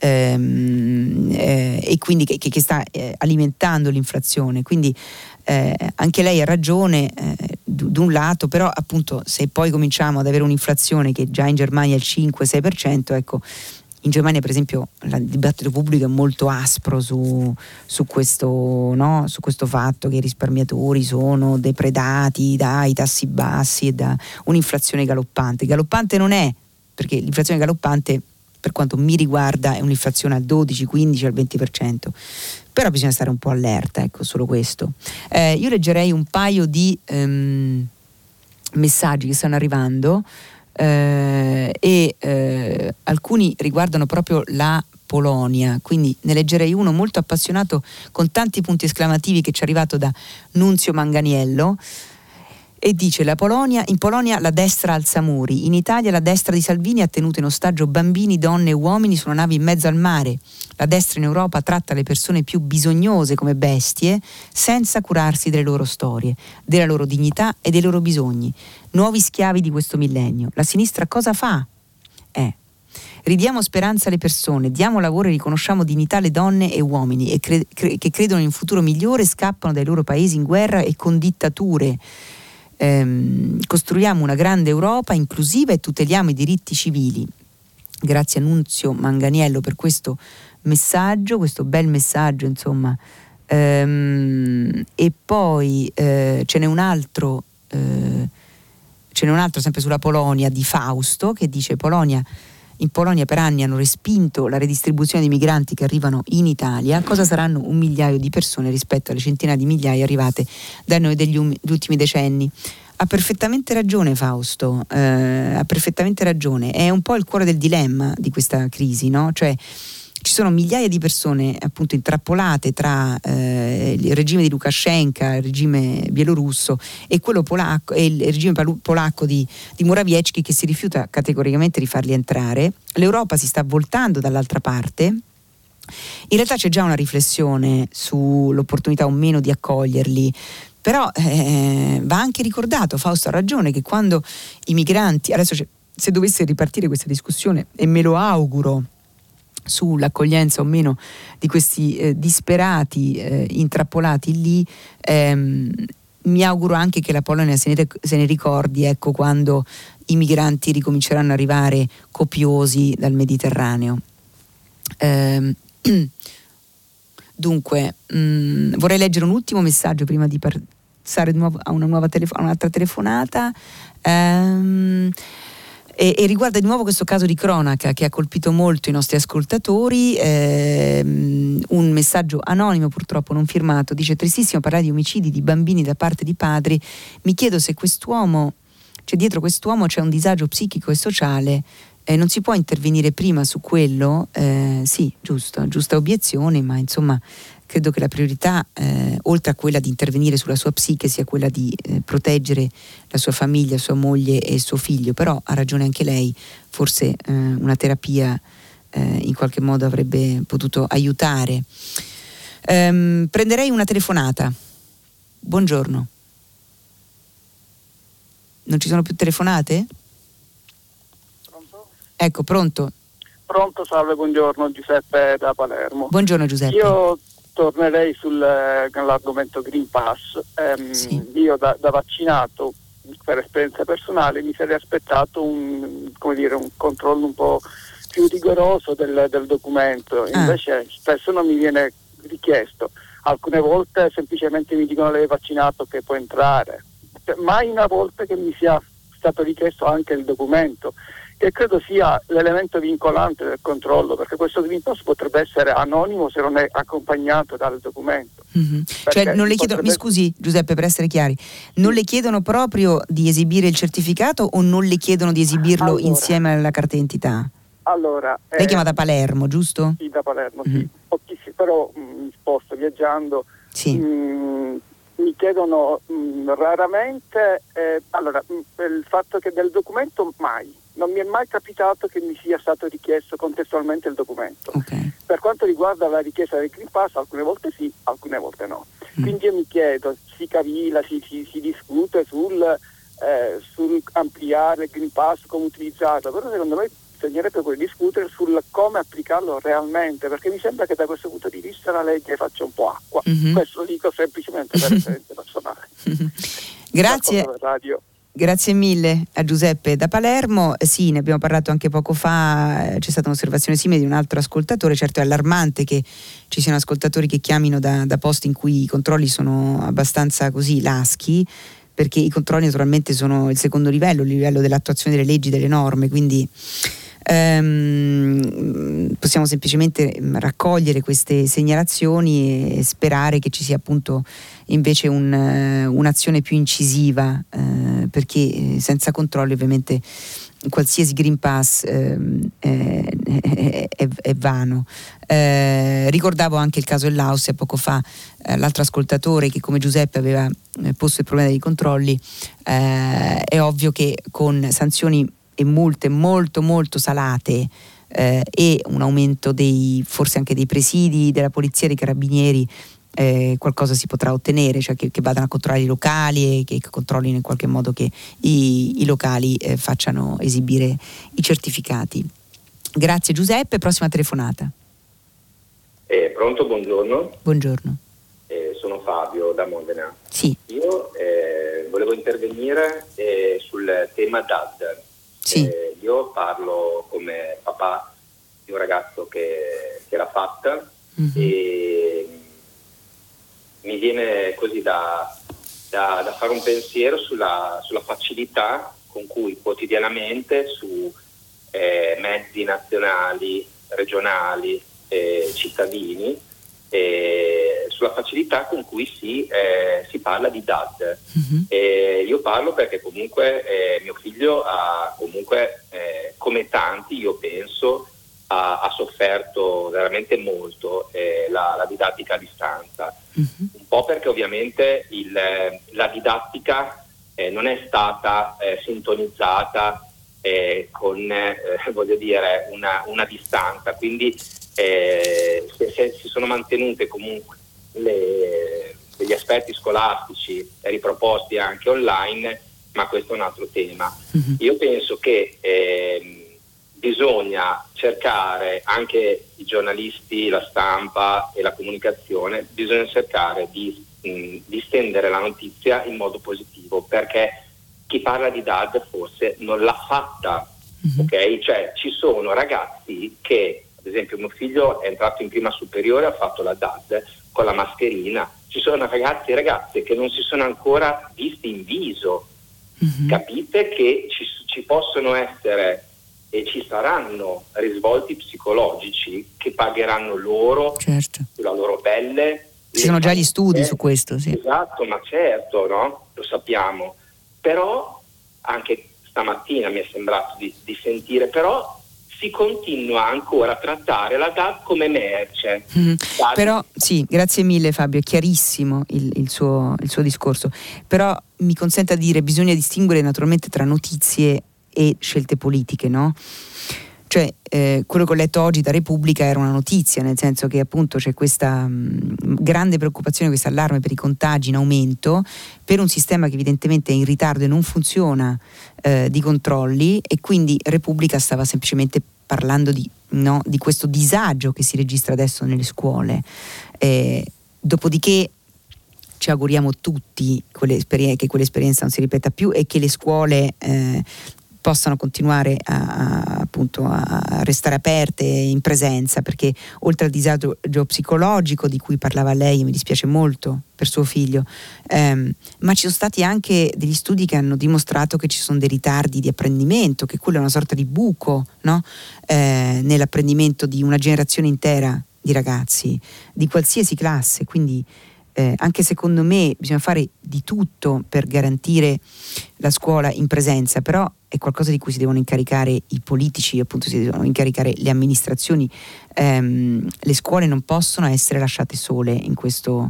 [SPEAKER 3] ehm, eh, e quindi che, che sta eh, alimentando l'inflazione. Quindi eh, anche lei ha ragione eh, d- un lato, però appunto se poi cominciamo ad avere un'inflazione che già in Germania è il cinque sei per cento, ecco, in Germania per esempio il dibattito pubblico è molto aspro su, su, questo, no? su questo fatto che i risparmiatori sono depredati dai tassi bassi e da un'inflazione galoppante. Galoppante non è, perché l'inflazione galoppante per quanto mi riguarda è un'inflazione al dodici, quindici, al venti per cento. Però bisogna stare un po' allerta, ecco, solo questo. Eh, io leggerei un paio di ehm, messaggi che stanno arrivando. Uh, e uh, alcuni riguardano proprio la Polonia, quindi ne leggerei uno molto appassionato con tanti punti esclamativi che ci è arrivato da Nunzio Manganiello e dice: la Polonia, in Polonia la destra alza muri, in Italia la destra di Salvini ha tenuto in ostaggio bambini, donne e uomini su una nave in mezzo al mare, la destra in Europa tratta le persone più bisognose come bestie senza curarsi delle loro storie, della loro dignità e dei loro bisogni. Nuovi schiavi di questo millennio. La sinistra cosa fa? Eh, ridiamo speranza alle persone, diamo lavoro e riconosciamo dignità alle donne e uomini e cre- cre- che credono in un futuro migliore, scappano dai loro paesi in guerra e con dittature. Ehm, costruiamo una grande Europa inclusiva e tuteliamo i diritti civili. Grazie a Nunzio Manganiello per questo messaggio, questo bel messaggio, insomma. Ehm, e poi eh, ce n'è un altro eh, Ce n'è un altro sempre sulla Polonia di Fausto che dice: Polonia, in Polonia per anni hanno respinto la redistribuzione di migranti che arrivano in Italia. Cosa saranno un migliaio di persone rispetto alle centinaia di migliaia arrivate da noi degli um- ultimi decenni? Ha perfettamente ragione Fausto, eh, ha perfettamente ragione. È un po' il cuore del dilemma di questa crisi, no? Cioè ci sono migliaia di persone appunto intrappolate tra eh, il regime di Lukashenko, il regime bielorusso e quello polacco e il regime polacco di, di Morawiecki, che si rifiuta categoricamente di farli entrare. L'Europa si sta voltando dall'altra parte. In realtà c'è già una riflessione sull'opportunità o meno di accoglierli, però eh, va anche ricordato, Fausto ha ragione, che quando i migranti, adesso se dovesse ripartire questa discussione, e me lo auguro, sull'accoglienza o meno di questi eh, disperati eh, intrappolati lì, ehm, mi auguro anche che la Polonia se ne, se ne ricordi, ecco, quando i migranti ricominceranno ad arrivare copiosi dal Mediterraneo. Ehm, dunque mh, vorrei leggere un ultimo messaggio prima di passare di nuovo a una nuova telefo- a un'altra telefonata. Ehm, E, e riguarda di nuovo questo caso di cronaca che ha colpito molto i nostri ascoltatori. Ehm, un messaggio anonimo, purtroppo non firmato, dice: tristissimo parlare di omicidi di bambini da parte di padri, mi chiedo se quest'uomo, cioè dietro quest'uomo c'è un disagio psichico e sociale, eh, non si può intervenire prima su quello? Eh, sì, giusto, giusta obiezione, ma insomma credo che la priorità, eh, oltre a quella di intervenire sulla sua psiche, sia quella di eh, proteggere la sua famiglia, sua moglie e suo figlio. Però ha ragione anche lei, forse eh, una terapia eh, in qualche modo avrebbe potuto aiutare. Ehm, prenderei una telefonata. Buongiorno. Non ci sono più telefonate?
[SPEAKER 10] Pronto?
[SPEAKER 3] Ecco, pronto.
[SPEAKER 10] Pronto, salve, buongiorno, Giuseppe da Palermo.
[SPEAKER 3] Buongiorno Giuseppe.
[SPEAKER 10] Io tornerei sull'argomento Green Pass. Ehm,
[SPEAKER 3] sì.
[SPEAKER 10] Io da, da vaccinato, per esperienza personale, mi sarei aspettato un, come dire, un controllo un po' più rigoroso del, del documento,
[SPEAKER 3] Ah.
[SPEAKER 10] invece spesso non mi viene richiesto. Alcune volte semplicemente mi dicono lei è vaccinato che può entrare, mai una volta che mi sia stato richiesto anche il documento, che credo sia l'elemento vincolante del controllo, perché questo Green Pass potrebbe essere anonimo se non è accompagnato dal documento.
[SPEAKER 3] Mm-hmm. Cioè non le chiedono, potrebbe... mi scusi Giuseppe, per essere chiari, non le chiedono proprio di esibire il certificato o non le chiedono di esibirlo allora, insieme alla carta d'identità?
[SPEAKER 10] Allora,
[SPEAKER 3] lei
[SPEAKER 10] eh,
[SPEAKER 3] chiama da Palermo, giusto?
[SPEAKER 10] Sì, da Palermo,
[SPEAKER 3] mm-hmm.
[SPEAKER 10] sì. Pochissimi, però mh, mi sposto viaggiando.
[SPEAKER 3] Sì.
[SPEAKER 10] Mh, mi chiedono mh, raramente, eh, allora, mh, il fatto che del documento mai. Non mi è mai capitato che mi sia stato richiesto contestualmente il documento.
[SPEAKER 3] Okay.
[SPEAKER 10] Per quanto riguarda la richiesta del Green Pass, alcune volte sì, alcune volte no.
[SPEAKER 3] Mm.
[SPEAKER 10] Quindi io mi chiedo, si cavilla, si, si, si discute sul, eh, sul ampliare il Green Pass, come utilizzarlo, però secondo me bisognerebbe poi discutere sul come applicarlo realmente, perché mi sembra che da questo punto di vista la legge faccia un po' acqua. Mm-hmm. Questo lo dico semplicemente per esperienza personale.
[SPEAKER 3] Mm-hmm. Grazie.
[SPEAKER 10] Radio.
[SPEAKER 3] Grazie mille a Giuseppe da Palermo. Sì, ne abbiamo parlato anche poco fa, c'è stata un'osservazione simile di un altro ascoltatore. Certo è allarmante che ci siano ascoltatori che chiamino da, da posti in cui i controlli sono abbastanza così laschi, perché i controlli naturalmente sono il secondo livello, il livello dell'attuazione delle leggi, delle norme, quindi ehm, possiamo semplicemente raccogliere queste segnalazioni e sperare che ci sia appunto invece un, un'azione più incisiva, eh, perché senza controlli ovviamente qualsiasi Green Pass eh, è, è, è, è vano. Eh, ricordavo anche il caso dell'Austria poco fa, eh, l'altro ascoltatore che come Giuseppe aveva eh, posto il problema dei controlli. Eh, è ovvio che con sanzioni e multe molto molto salate eh, e un aumento dei forse anche dei presidi della polizia e dei carabinieri, Eh, qualcosa si potrà ottenere, cioè che, che vadano a controllare i locali e che, che controllino in qualche modo che i, i locali eh, facciano esibire i certificati. Grazie Giuseppe, prossima telefonata.
[SPEAKER 11] Eh, pronto, buongiorno.
[SPEAKER 3] Buongiorno.
[SPEAKER 11] Eh, sono Fabio da Modena.
[SPEAKER 3] Sì.
[SPEAKER 11] Io eh, volevo intervenire eh, sul tema D A D.
[SPEAKER 3] Sì.
[SPEAKER 11] Eh, io parlo come papà di un ragazzo che, che l'ha fatta mm-hmm. e mi viene così da, da, da fare un pensiero sulla, sulla facilità con cui quotidianamente su eh, mezzi nazionali, regionali, eh, cittadini, eh, sulla facilità con cui si, eh, si parla di D A D. Mm-hmm. Eh, io parlo perché comunque eh, mio figlio ha comunque, eh, come tanti io penso, ha, ha sofferto veramente molto eh, la, la didattica a distanza. Mm-hmm. Un po' perché ovviamente il, la didattica eh, non è stata eh, sintonizzata eh, con eh, voglio dire una, una distanza, quindi eh, se, se si sono mantenute comunque le, le degli aspetti scolastici riproposti anche online, ma questo è un altro tema. Mm-hmm. Io penso che eh, bisogna cercare, anche i giornalisti, la stampa e la comunicazione, bisogna cercare di, mh, di stendere la notizia in modo positivo, perché chi parla di D A D forse non l'ha fatta, mm-hmm. ok? Cioè ci sono ragazzi che, ad esempio mio figlio è entrato in prima superiore, ha fatto la D A D con la mascherina, ci sono ragazzi e ragazze che non si sono ancora visti in viso, mm-hmm. capite che ci, ci possono essere e ci saranno risvolti psicologici che pagheranno loro, certo. sulla loro pelle.
[SPEAKER 3] Ci sono già gli studi su questo, sì.
[SPEAKER 11] Esatto, ma certo, no? Lo sappiamo. Però anche stamattina mi è sembrato di, di sentire, però si continua ancora a trattare la D A D come merce.
[SPEAKER 3] Mm. Però sì, grazie mille Fabio, è chiarissimo il, il, suo, il suo discorso. Però mi consenta di dire, bisogna distinguere naturalmente tra notizie e scelte politiche, no? Cioè eh, quello che ho letto oggi da Repubblica era una notizia, nel senso che appunto c'è questa mh, grande preoccupazione, questo allarme per i contagi in aumento, per un sistema che evidentemente è in ritardo e non funziona eh, di controlli, e quindi Repubblica stava semplicemente parlando di, no, di questo disagio che si registra adesso nelle scuole. Eh, dopodiché ci auguriamo tutti che quell'esperienza non si ripeta più e che le scuole eh, possano continuare a, a, appunto, a restare aperte in presenza, perché oltre al disagio psicologico di cui parlava lei, mi dispiace molto per suo figlio, ehm, ma ci sono stati anche degli studi che hanno dimostrato che ci sono dei ritardi di apprendimento, che quello è una sorta di buco, no? eh, nell'apprendimento di una generazione intera di ragazzi di qualsiasi classe, quindi Eh, anche secondo me bisogna fare di tutto per garantire la scuola in presenza, però è qualcosa di cui si devono incaricare i politici, appunto si devono incaricare le amministrazioni. Ehm, le scuole non possono essere lasciate sole in questo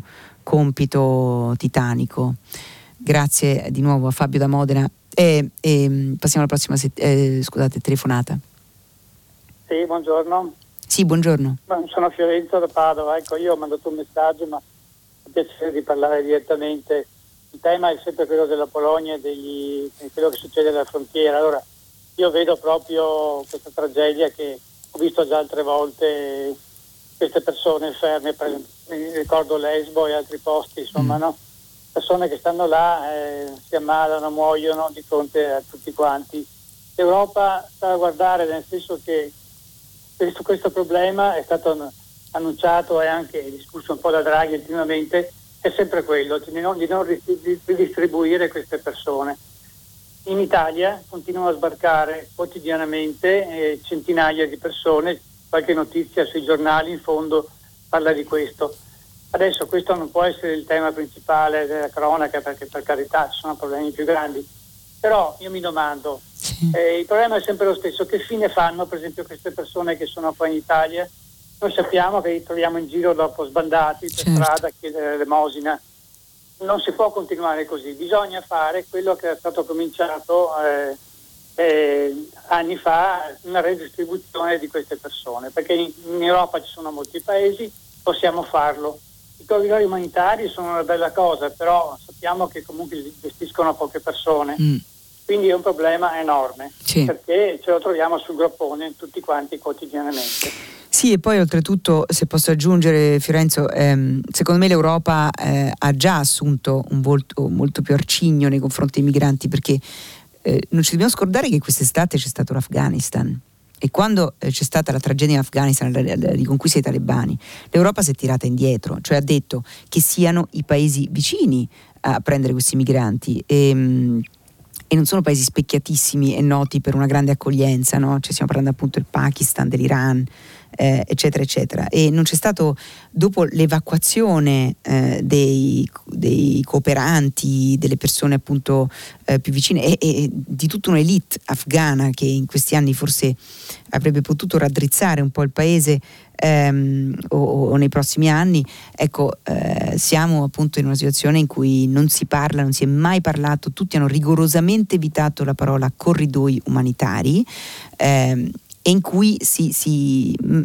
[SPEAKER 3] compito titanico. Grazie di nuovo a Fabio da Modena e, e passiamo alla prossima set- eh, scusate, telefonata.
[SPEAKER 12] Sì, buongiorno.
[SPEAKER 3] Sì, buongiorno.
[SPEAKER 12] Sono Fiorenzo da Padova, ecco, io ho mandato un messaggio, ma piacere di parlare direttamente. Il tema è sempre quello della Polonia e degli, di quello che succede alla frontiera. Allora, io vedo proprio questa tragedia che ho visto già altre volte, queste persone ferme, per, mi ricordo Lesbo e altri posti, insomma, mm. no? Persone che stanno là, eh, si ammalano, muoiono di fronte a tutti quanti. L'Europa sta a guardare, nel senso che questo, questo problema è stato annunciato e anche discusso un po' da Draghi ultimamente, è sempre quello, di non, di non ridistribuire queste persone. In Italia continuano a sbarcare quotidianamente eh, centinaia di persone, qualche notizia sui giornali in fondo parla di questo. Adesso questo non può essere il tema principale della cronaca, perché per carità ci sono problemi più grandi, però io mi domando, eh, il problema è sempre lo stesso, che fine fanno per esempio queste persone che sono qua in Italia? Noi sappiamo che li troviamo in giro dopo sbandati per certo. strada a chiedere l'elemosina. Non si può continuare così, bisogna fare quello che è stato cominciato eh, eh, anni fa, una redistribuzione di queste persone, perché in, in Europa ci sono molti paesi, possiamo farlo. I corridoi umanitari sono una bella cosa, però sappiamo che comunque li gestiscono poche persone, mm. quindi è un problema enorme, sì. perché ce lo troviamo sul groppone tutti quanti quotidianamente.
[SPEAKER 3] Sì, e poi oltretutto, se posso aggiungere Fiorenzo, ehm, secondo me l'Europa eh, ha già assunto un volto molto più arcigno nei confronti dei migranti, perché eh, non ci dobbiamo scordare che quest'estate c'è stato l'Afghanistan, e quando eh, c'è stata la tragedia in Afghanistan, la, la, la riconquista dei talebani, l'Europa si è tirata indietro, cioè ha detto che siano i paesi vicini a prendere questi migranti, e, e non sono paesi specchiatissimi e noti per una grande accoglienza, no? Cioè stiamo parlando appunto del Pakistan, dell'Iran, Eh, eccetera eccetera, e non c'è stato, dopo l'evacuazione eh, dei, dei cooperanti, delle persone appunto eh, più vicine e, e di tutta un'elite afghana che in questi anni forse avrebbe potuto raddrizzare un po' il paese ehm, o, o nei prossimi anni, ecco eh, siamo appunto in una situazione in cui non si parla, non si è mai parlato, tutti hanno rigorosamente evitato la parola corridoi umanitari, ehm, e in cui si, si,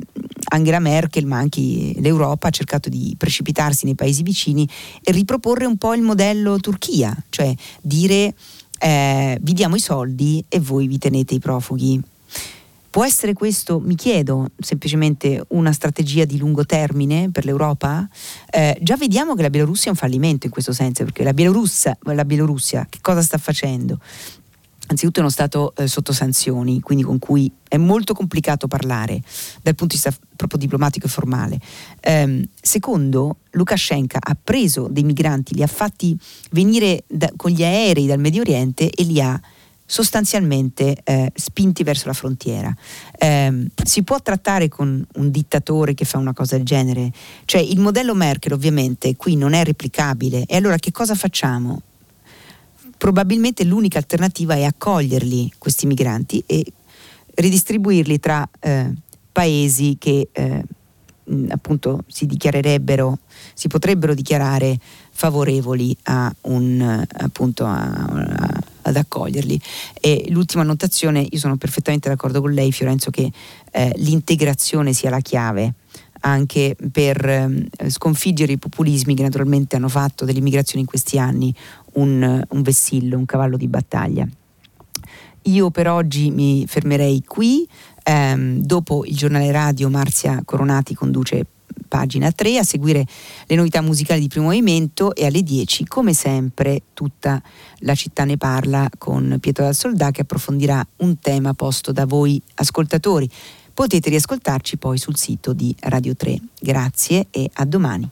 [SPEAKER 3] Angela Merkel, ma anche l'Europa, ha cercato di precipitarsi nei paesi vicini e riproporre un po' il modello Turchia, cioè dire eh, vi diamo i soldi e voi vi tenete i profughi. Può essere questo, mi chiedo, semplicemente una strategia di lungo termine per l'Europa? Eh, già vediamo che la Bielorussia è un fallimento in questo senso, perché la Bielorussia, la Bielorussia che cosa sta facendo? Anzitutto è uno Stato eh, sotto sanzioni, quindi con cui è molto complicato parlare dal punto di vista proprio diplomatico e formale. Ehm, secondo, Lukashenko ha preso dei migranti, li ha fatti venire da, con gli aerei dal Medio Oriente e li ha sostanzialmente eh, spinti verso la frontiera. Eh, si può trattare con un dittatore che fa una cosa del genere? Cioè il modello Merkel ovviamente qui non è replicabile, e allora che cosa facciamo? Probabilmente l'unica alternativa è accoglierli, questi migranti, e ridistribuirli tra eh, paesi che eh, appunto si dichiarerebbero, si potrebbero dichiarare favorevoli a un appunto a, a, ad accoglierli. E l'ultima annotazione, io sono perfettamente d'accordo con lei, Fiorenzo, che eh, l'integrazione sia la chiave anche per eh, sconfiggere i populismi che naturalmente hanno fatto dell'immigrazione in questi anni un, un vessillo, un cavallo di battaglia. Io per oggi mi fermerei qui. Ehm, dopo il giornale radio Marzia Coronati conduce Pagina tre, a seguire le novità musicali di Primo Movimento, e alle dieci come sempre Tutta la città ne parla con Pietro Dal Soldà, che approfondirà un tema posto da voi ascoltatori. Potete riascoltarci poi sul sito di Radio tre. Grazie e a domani.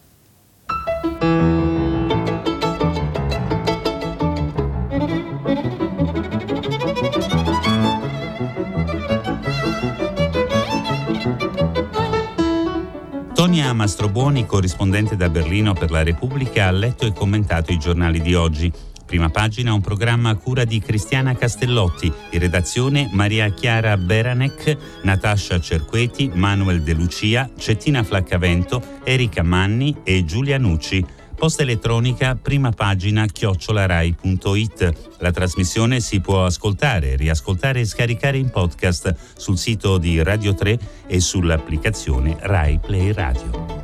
[SPEAKER 2] Tonia Mastrobuoni, corrispondente da Berlino per la Repubblica, ha letto e commentato i giornali di oggi. Prima Pagina, un programma a cura di Cristiana Castellotti, in redazione Maria Chiara Beranec, Natascia Cerqueti, Manuel De Lucia, Cettina Flaccavento, Erika Manni e Giulia Nucci. Posta elettronica primapagina chiocciola rai punto it. La trasmissione si può ascoltare, riascoltare e scaricare in podcast sul sito di Radio tre e sull'applicazione Rai Play Radio.